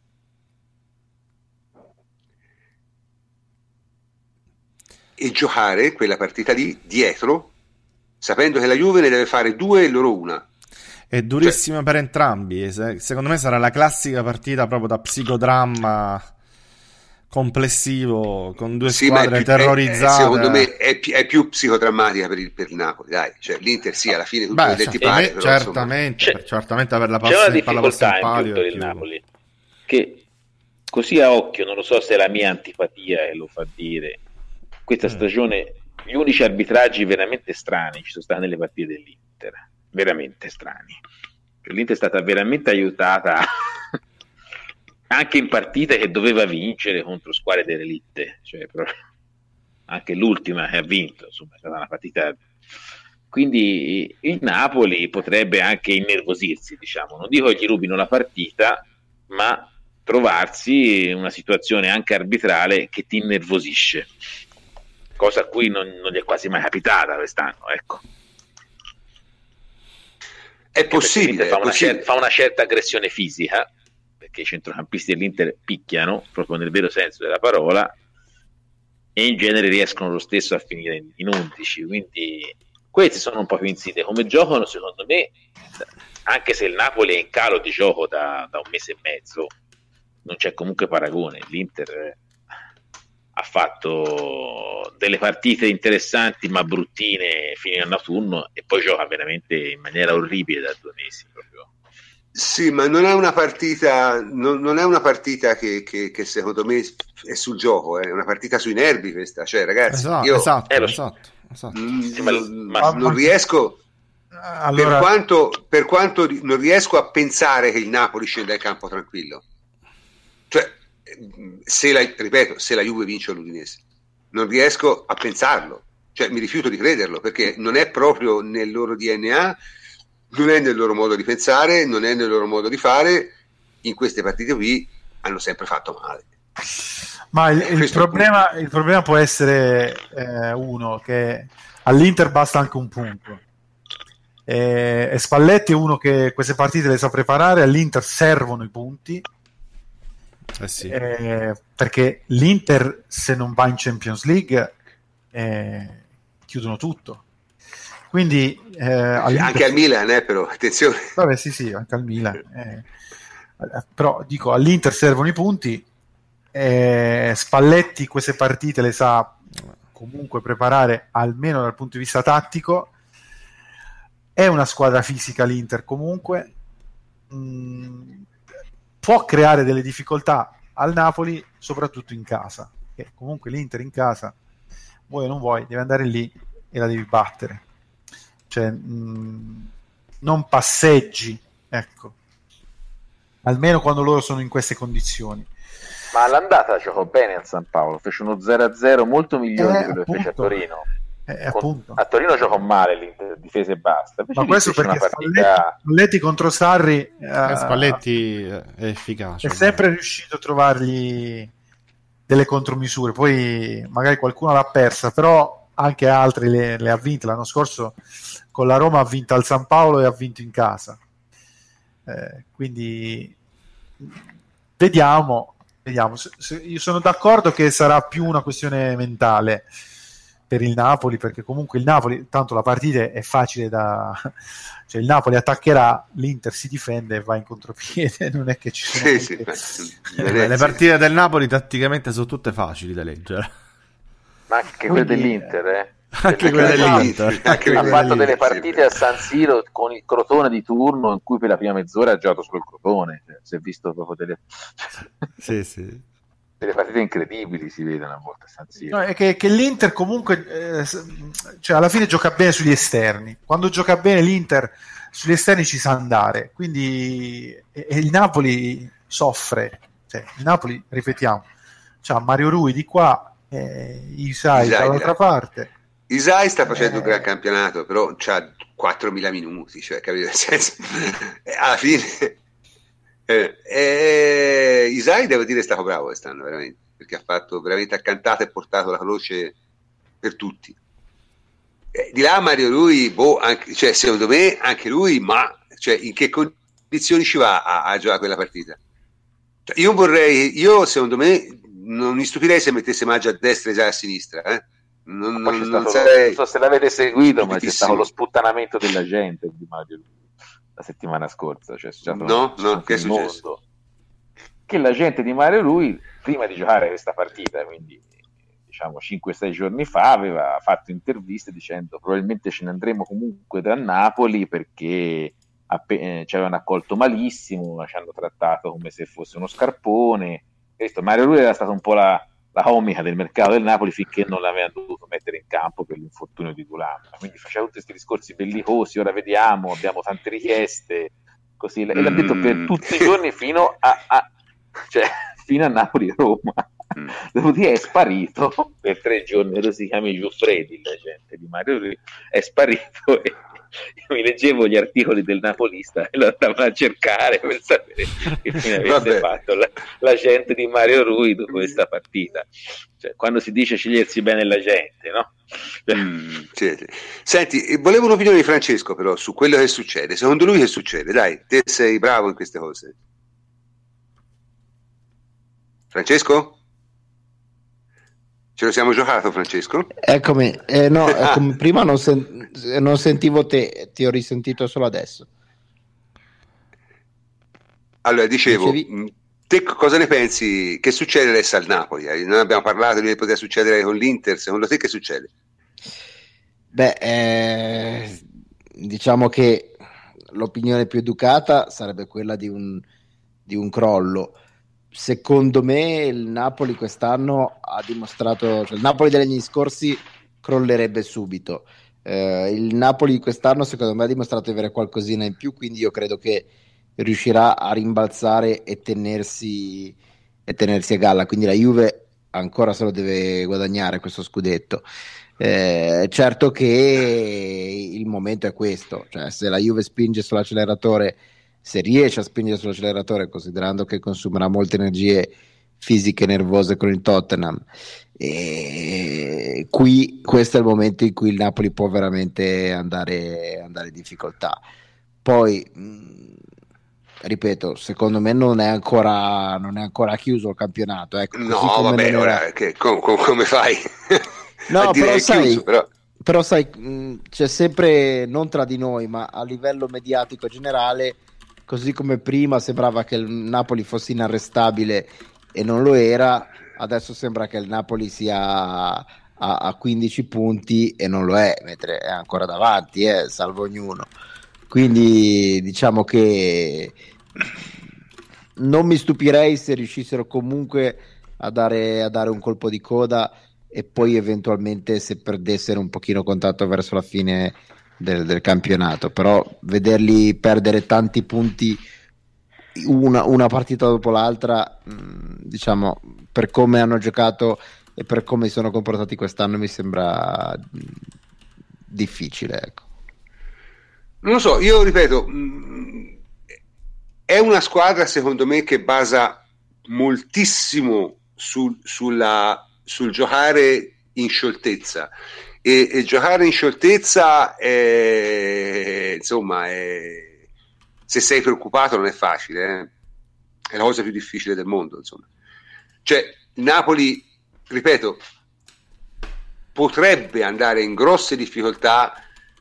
e giocare quella partita lì dietro, sapendo che la Juve ne deve fare 2 e loro una. È durissima per entrambi. Secondo me sarà la classica partita proprio da psicodramma complessivo con due Sì, squadre terrorizzate. secondo me è più psicodrammatica per il Napoli, dai. Cioè, l'Inter sì, alla fine tutto detti pare, però, certamente avere la c'è una palla difficoltà in più per il più... Napoli, che così a occhio, non lo so se è la mia antipatia e lo fa dire, questa stagione gli unici arbitraggi veramente strani ci sono stati nelle partite dell'Inter, veramente strani. L'Inter è stata veramente aiutata anche in partite che doveva vincere contro squadre derelitte, cioè anche l'ultima che ha vinto, insomma è stata una partita, quindi il Napoli potrebbe anche innervosirsi, diciamo, non dico che gli rubino la partita, ma trovarsi in una situazione anche arbitrale che ti innervosisce, cosa a cui non gli è quasi mai capitata quest'anno, ecco. È possibile, fa una certa aggressione fisica, perché i centrocampisti dell'Inter picchiano proprio nel vero senso della parola, e in genere riescono lo stesso a finire in 11, quindi questi sono un po' più insite come giocano, secondo me, anche se il Napoli è in calo di gioco da un mese e mezzo, non c'è comunque paragone. L'Inter ha fatto delle partite interessanti ma bruttine fino al turno e poi gioca veramente in maniera orribile da 2 mesi proprio. Sì, ma non è una partita, non è una partita che secondo me è sul gioco, è una partita sui nervi questa, cioè ragazzi, esatto. Non riesco, allora... per quanto non riesco a pensare che il Napoli scenda in campo tranquillo, cioè se la Juve vince all'Udinese, non riesco a pensarlo, cioè mi rifiuto di crederlo, perché non è proprio nel loro DNA, non è nel loro modo di pensare, non è nel loro modo di fare. In queste partite qui hanno sempre fatto male. Ma il problema può essere uno, che all'Inter basta anche un punto, e Spalletti è uno che queste partite le sa preparare. All'Inter servono i punti, sì. perché l'Inter, se non va in Champions League, chiudono tutto. Quindi anche al Milan, però attenzione. Vabbè, sì, anche al Milan. Però dico, all'Inter servono i punti. Spalletti queste partite le sa comunque preparare, almeno dal punto di vista tattico. È una squadra fisica l'Inter, comunque può creare delle difficoltà al Napoli, soprattutto in casa, che comunque l'Inter in casa, vuoi o non vuoi, devi andare lì e la devi battere, cioè non passeggi, ecco, almeno quando loro sono in queste condizioni. Ma all'andata giocò bene a San Paolo, fece uno 0-0 molto migliore di quello che fece a Torino. Appunto. A Torino giocò male l'Inter, difesa e basta. Ma questo perché Spalletti contro Sarri Spalletti è efficace, è sempre riuscito a trovargli delle contromisure. Poi magari qualcuno l'ha persa, però anche altri le ha vinte. L'anno scorso con la Roma ha vinto al San Paolo e ha vinto in casa, quindi vediamo. Io sono d'accordo che sarà più una questione mentale per il Napoli, perché comunque il Napoli, tanto la partita è facile cioè il Napoli attaccherà, l'Inter si difende e va in contropiede, non è che ci sono le partite del Napoli tatticamente sono tutte facili da leggere, ma anche quelle dell'Inter, anche quelle dell'Inter. Ha fatto delle partite a San Siro con il Crotone di turno, in cui per la prima mezz'ora ha giocato solo il Crotone, si è visto proprio delle partite incredibili, si vedono a volte a San Siro. No, è che l'Inter comunque cioè alla fine gioca bene sugli esterni. Quando gioca bene l'Inter sugli esterni ci sa andare, quindi e il Napoli soffre, cioè il Napoli, ripetiamo, c'ha Mario Rui di qua, Isai dall'altra parte. Isai sta facendo un gran campionato, però c'ha 4.000 minuti, cioè, capito? Nel senso, alla fine Isai, devo dire, è stato bravo quest'anno, veramente, perché ha fatto veramente accantato e portato la croce per tutti. Di là Mario Rui, cioè, secondo me anche lui, ma cioè, in che condizioni ci va a giocare quella partita? Cioè, io secondo me non mi stupirei se mettesse Maggio a destra e Isai a sinistra, non sarei... Non so se l'avete seguito, ma c'è stato lo sputtanamento della gente di Mario la settimana scorsa, cioè, no, che è successo? che la gente di Mario Rui, prima di giocare questa partita, quindi diciamo 5-6 giorni fa, aveva fatto interviste dicendo probabilmente ce ne andremo comunque da Napoli perché ci avevano accolto malissimo, ci hanno trattato come se fosse uno scarpone. Questo Mario Rui era stato un po' la comica del mercato del Napoli finché non l'avevano dovuto mettere in campo per l'infortunio di Thuram, quindi faceva tutti questi discorsi bellicosi, ora vediamo, abbiamo tante richieste, così, e l'ha detto per tutti i giorni fino a Napoli-Roma. Dopodiché è sparito per 3 giorni, lo si chiama Giuffredi, la gente di Mario Rui, è sparito e io mi leggevo gli articoli del Napolista e lo andavano a cercare per sapere che fine avesse fatto la gente di Mario Rui dopo questa partita. Cioè, quando si dice scegliersi bene la gente, no? Sì. Senti, volevo un'opinione di Francesco però su quello che succede. Secondo lui che succede? Dai, te sei bravo in queste cose. Francesco? Ce lo siamo giocato, Francesco? Eccomi, eccomi. Prima non sentivo te, ti ho risentito solo adesso. Allora, dicevo, te cosa ne pensi? Che succede adesso al Napoli? Non abbiamo parlato di che poteva succedere con l'Inter, secondo te che succede? Beh, diciamo che l'opinione più educata sarebbe quella di un crollo. Secondo me il Napoli quest'anno ha dimostrato, cioè il Napoli degli anni scorsi crollerebbe subito, il Napoli quest'anno secondo me ha dimostrato di avere qualcosina in più, quindi io credo che riuscirà a rimbalzare e tenersi a galla, quindi la Juve ancora se lo deve guadagnare questo scudetto. Certo che il momento è questo, cioè se la Juve spinge sull'acceleratore, se riesce a spingere sull'acceleratore, considerando che consumerà molte energie fisiche e nervose con il Tottenham, e questo è il momento in cui il Napoli può veramente andare in difficoltà. Poi ripeto, secondo me non è ancora chiuso il campionato, ecco, no vabbè, ora come fai no, a dire però chiuso, però sai, c'è sempre, non tra di noi ma a livello mediatico generale, così come prima sembrava che il Napoli fosse inarrestabile e non lo era, adesso sembra che il Napoli sia a 15 punti e non lo è, mentre è ancora davanti, salvo ognuno. Quindi diciamo che non mi stupirei se riuscissero comunque a dare un colpo di coda e poi eventualmente se perdessero un pochino contatto verso la fine del campionato, però vederli perdere tanti punti una partita dopo l'altra, diciamo, per come hanno giocato e per come si sono comportati quest'anno mi sembra difficile, ecco. Non lo so, io ripeto, è una squadra secondo me che basa moltissimo sul giocare in scioltezza e giocare in scioltezza insomma se sei preoccupato non è facile, è la cosa più difficile del mondo, insomma. Cioè Napoli, ripeto, potrebbe andare in grosse difficoltà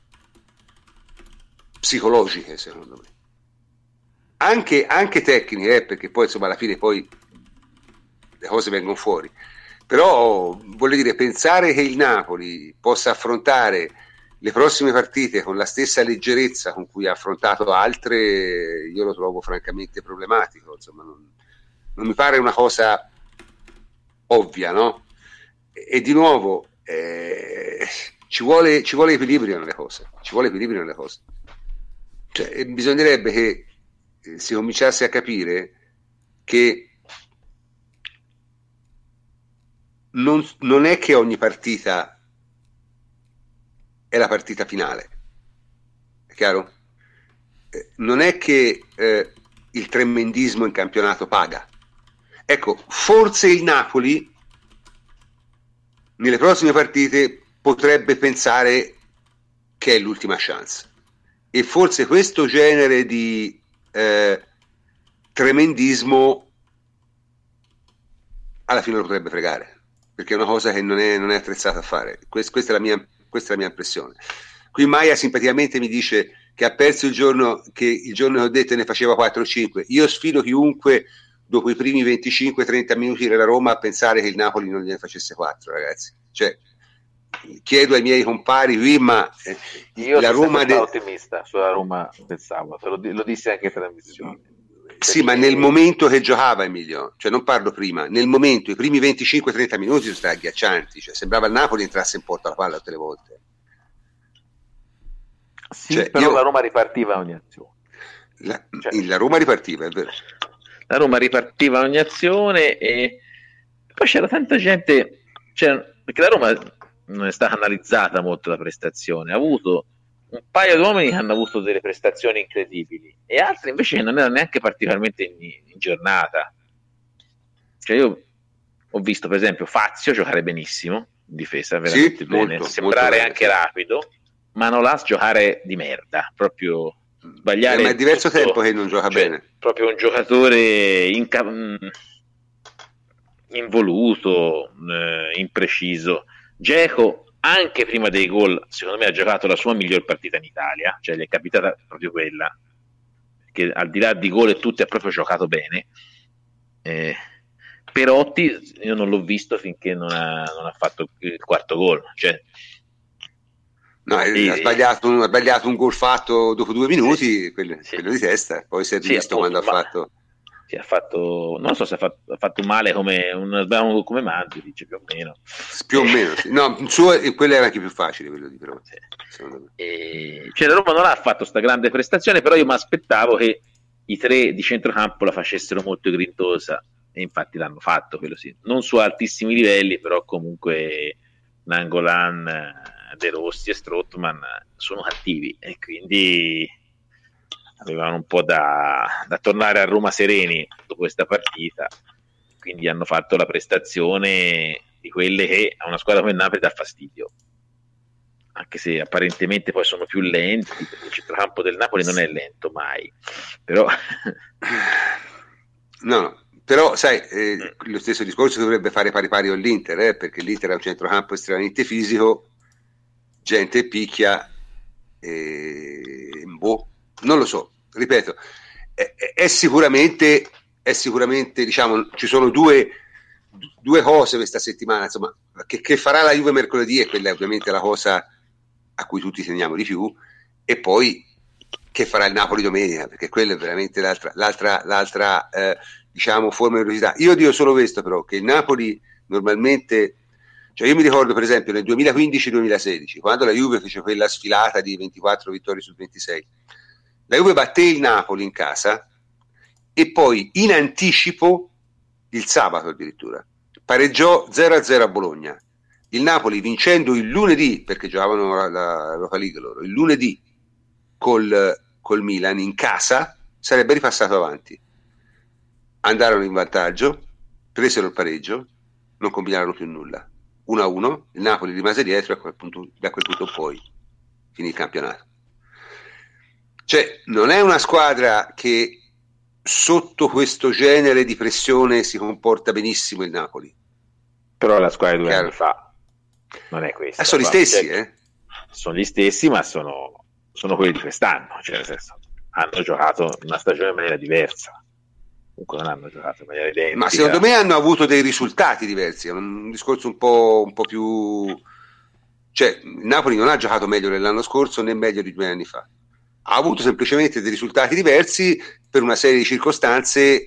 psicologiche, secondo me, anche tecniche, perché poi insomma alla fine poi le cose vengono fuori, però voglio dire, pensare che il Napoli possa affrontare le prossime partite con la stessa leggerezza con cui ha affrontato altre, io lo trovo francamente problematico, insomma non mi pare una cosa ovvia, no? E di nuovo ci vuole equilibrio nelle cose, cioè, bisognerebbe che si cominciasse a capire che non è che ogni partita è la partita finale, è chiaro? Non è che il tremendismo in campionato paga. Ecco, forse il Napoli nelle prossime partite potrebbe pensare che è l'ultima chance e forse questo genere di tremendismo alla fine lo potrebbe fregare, perché è una cosa che non è attrezzata a fare. Questa è la mia impressione. Qui Maia simpaticamente mi dice che ha perso il giorno che ho detto ne faceva 4 o 5. Io sfido chiunque dopo i primi 25-30 minuti della Roma a pensare che il Napoli non gliene facesse 4, ragazzi. Cioè, chiedo ai miei compari qui, ma io la sono Roma sempre ottimista sulla Roma del sabato, lo dissi anche in trasmissione. Sì, ma nel momento che giocava Emilio, cioè non parlo prima, nel momento, i primi 25-30 minuti sono stati agghiaccianti, cioè sembrava il Napoli entrasse in porta la palla tutte le volte. Sì, cioè, però la Roma ripartiva ogni azione. La Roma ripartiva, è vero. La Roma ripartiva ogni azione e poi c'era tanta gente, perché la Roma non è stata analizzata molto la prestazione, ha avuto un paio di uomini che hanno avuto delle prestazioni incredibili e altri invece che non erano neanche particolarmente in giornata. Cioè io ho visto per esempio Fazio giocare benissimo in difesa, veramente bene, molto, sembrare molto anche rapido, ma Nolas giocare di merda, proprio sbagliare. Ma è diverso tutto, tempo che non gioca bene. Proprio un giocatore involuto, impreciso. Dzeko anche prima dei gol secondo me ha giocato la sua miglior partita in Italia, cioè gli è capitata proprio quella, che al di là di gol e tutto ha proprio giocato bene. Perotti io non l'ho visto finché non ha fatto il quarto gol, cioè no, ha sbagliato un gol fatto dopo 2 minuti, quello di testa, poi si è rivisto quando ha fatto. Sì, ha fatto, non so se ha fatto male come Manzi, dice più o meno. Più o meno, sì. No, il suo, quello era anche più facile, quello di però. Sì. Cioè la Roma non ha fatto sta grande prestazione, però io mi aspettavo che i 3 di centrocampo la facessero molto grintosa e infatti l'hanno fatto, quello sì. Non su altissimi livelli, però comunque Nangolan, De Rossi e Strootman sono cattivi e quindi avevano un po' da tornare a Roma sereni dopo questa partita, quindi hanno fatto la prestazione di quelle che a una squadra come il Napoli dà fastidio, anche se apparentemente poi sono più lenti, perché il centrocampo del Napoli non è lento mai, però no, però sai, lo stesso discorso dovrebbe fare pari con l'Inter, perché l'Inter ha un centrocampo estremamente fisico, gente picchia non lo so, ripeto, è sicuramente diciamo, ci sono due cose questa settimana, insomma, che farà la Juve mercoledì, e quella è ovviamente la cosa a cui tutti teniamo di più, e poi che farà il Napoli domenica, perché quella è veramente l'altra diciamo forma di curiosità. Io dico solo questo, però, che il Napoli normalmente, cioè io mi ricordo per esempio nel 2015-2016, quando la Juve fece quella sfilata di 24 vittorie su 26, la Juve batté il Napoli in casa e poi in anticipo il sabato addirittura pareggiò 0-0 a Bologna. Il Napoli, vincendo il lunedì, perché giocavano la Europa League loro, il lunedì col Milan in casa, sarebbe ripassato avanti. Andarono in vantaggio, presero il pareggio, non combinarono più nulla. 1-1, il Napoli rimase dietro e da quel punto poi finì il campionato. Cioè, non è una squadra che sotto questo genere di pressione si comporta benissimo il Napoli. Però la squadra di 2 anni fa non è questa. Sono gli stessi, Sono gli stessi, ma sono quelli di quest'anno, cioè nel senso, hanno giocato una stagione in maniera diversa. Comunque non hanno giocato in maniera identica. Ma secondo me hanno avuto dei risultati diversi, è un discorso un po' più... Cioè, il Napoli non ha giocato meglio dell'anno scorso né meglio di 2 anni fa. Ha avuto semplicemente dei risultati diversi per una serie di circostanze,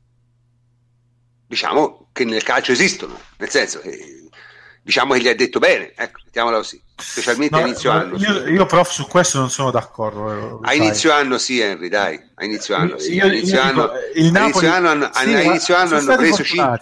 diciamo, che nel calcio esistono, nel senso che diciamo che gli ha detto bene, ecco, mettiamola così, specialmente a inizio anno. Io prof su questo non sono d'accordo. A inizio anno sì, Henry, dai, a inizio anno sì. A inizio anno hanno preso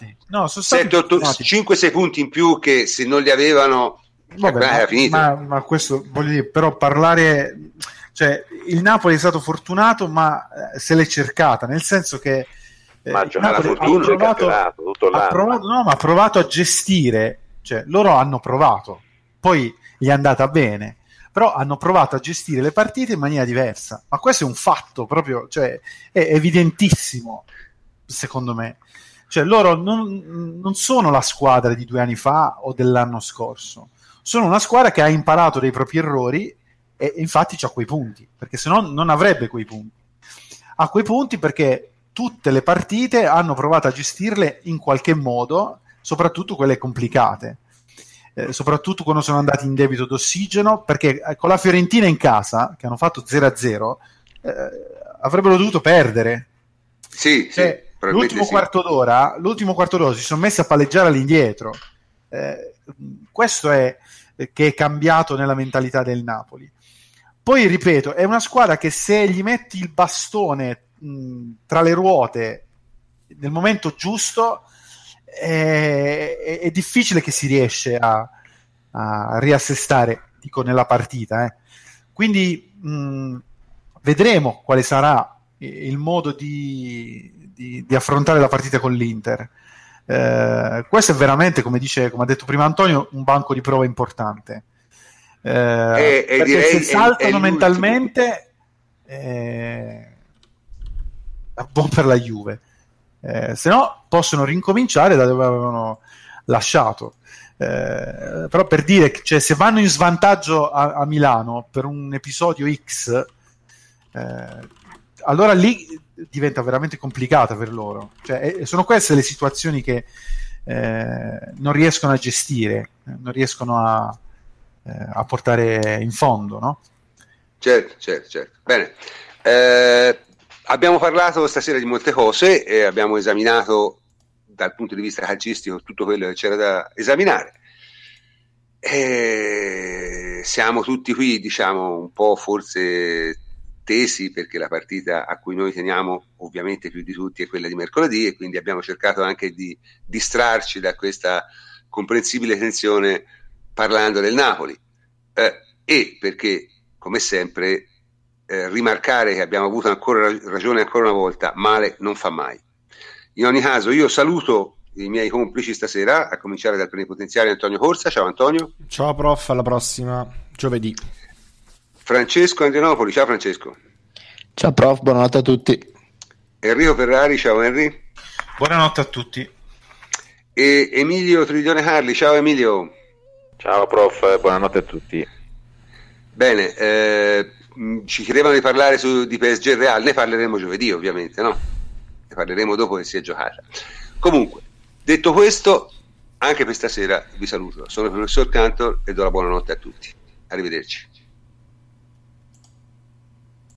5-6 punti in più che se non li avevano era finito. Ma questo voglio dire, però parlare, cioè il Napoli è stato fortunato, ma se l'è cercata, nel senso che ma la fortuna ha provato a gestire, cioè loro hanno provato, poi gli è andata bene, però hanno provato a gestire le partite in maniera diversa, ma questo è un fatto proprio, cioè è evidentissimo secondo me, cioè loro non sono la squadra di 2 anni fa o dell'anno scorso, sono una squadra che ha imparato dai propri errori e infatti c'ha quei punti, perché se no non avrebbe quei punti. Ha quei punti perché tutte le partite hanno provato a gestirle in qualche modo, soprattutto quelle complicate, soprattutto quando sono andati in debito d'ossigeno, perché con la Fiorentina in casa, che hanno fatto 0-0, avrebbero dovuto perdere. Sì, cioè, l'ultimo quarto d'ora si sono messi a palleggiare all'indietro. Questo è che è cambiato nella mentalità del Napoli. Poi ripeto, è una squadra che se gli metti il bastone tra le ruote nel momento giusto è difficile che si riesce a riassestare, dico, nella partita. Quindi vedremo quale sarà il modo di affrontare la partita con l'Inter. Questo è veramente, come ha detto prima Antonio, un banco di prova importante, perché direi, se saltano mentalmente buon per la Juve, se no possono rincominciare da dove avevano lasciato. Però per dire, cioè, se vanno in svantaggio a Milano per un episodio X, allora lì diventa veramente complicata per loro. Cioè, sono queste le situazioni che non riescono a gestire, non riescono a portare in fondo, no? Certo. Bene, abbiamo parlato stasera di molte cose e abbiamo esaminato dal punto di vista calcistico tutto quello che c'era da esaminare. Siamo tutti qui, diciamo, un po' forse tesi, perché la partita a cui noi teniamo ovviamente più di tutti è quella di mercoledì, e quindi abbiamo cercato anche di distrarci da questa comprensibile tensione parlando del Napoli, e perché, come sempre, rimarcare che abbiamo avuto ragione ancora una volta: male non fa mai. In ogni caso, io saluto i miei complici stasera, a cominciare dal plenipotenziario Antonio Corsa. Ciao Antonio. Ciao prof, alla prossima, giovedì. Francesco Andrianopoli. Ciao Francesco. Ciao prof, buonanotte a tutti. Enrico Ferrari. Ciao Henry. Buonanotte a tutti. E Emilio Tridione Carli. Ciao Emilio. Ciao prof, buonanotte a tutti. Bene, ci chiedevano di parlare di PSG Real, ne parleremo giovedì ovviamente, no? Ne parleremo dopo che si è giocata. Comunque, detto questo, anche per stasera vi saluto. Sono il professor Cantor e do la buonanotte a tutti. Arrivederci.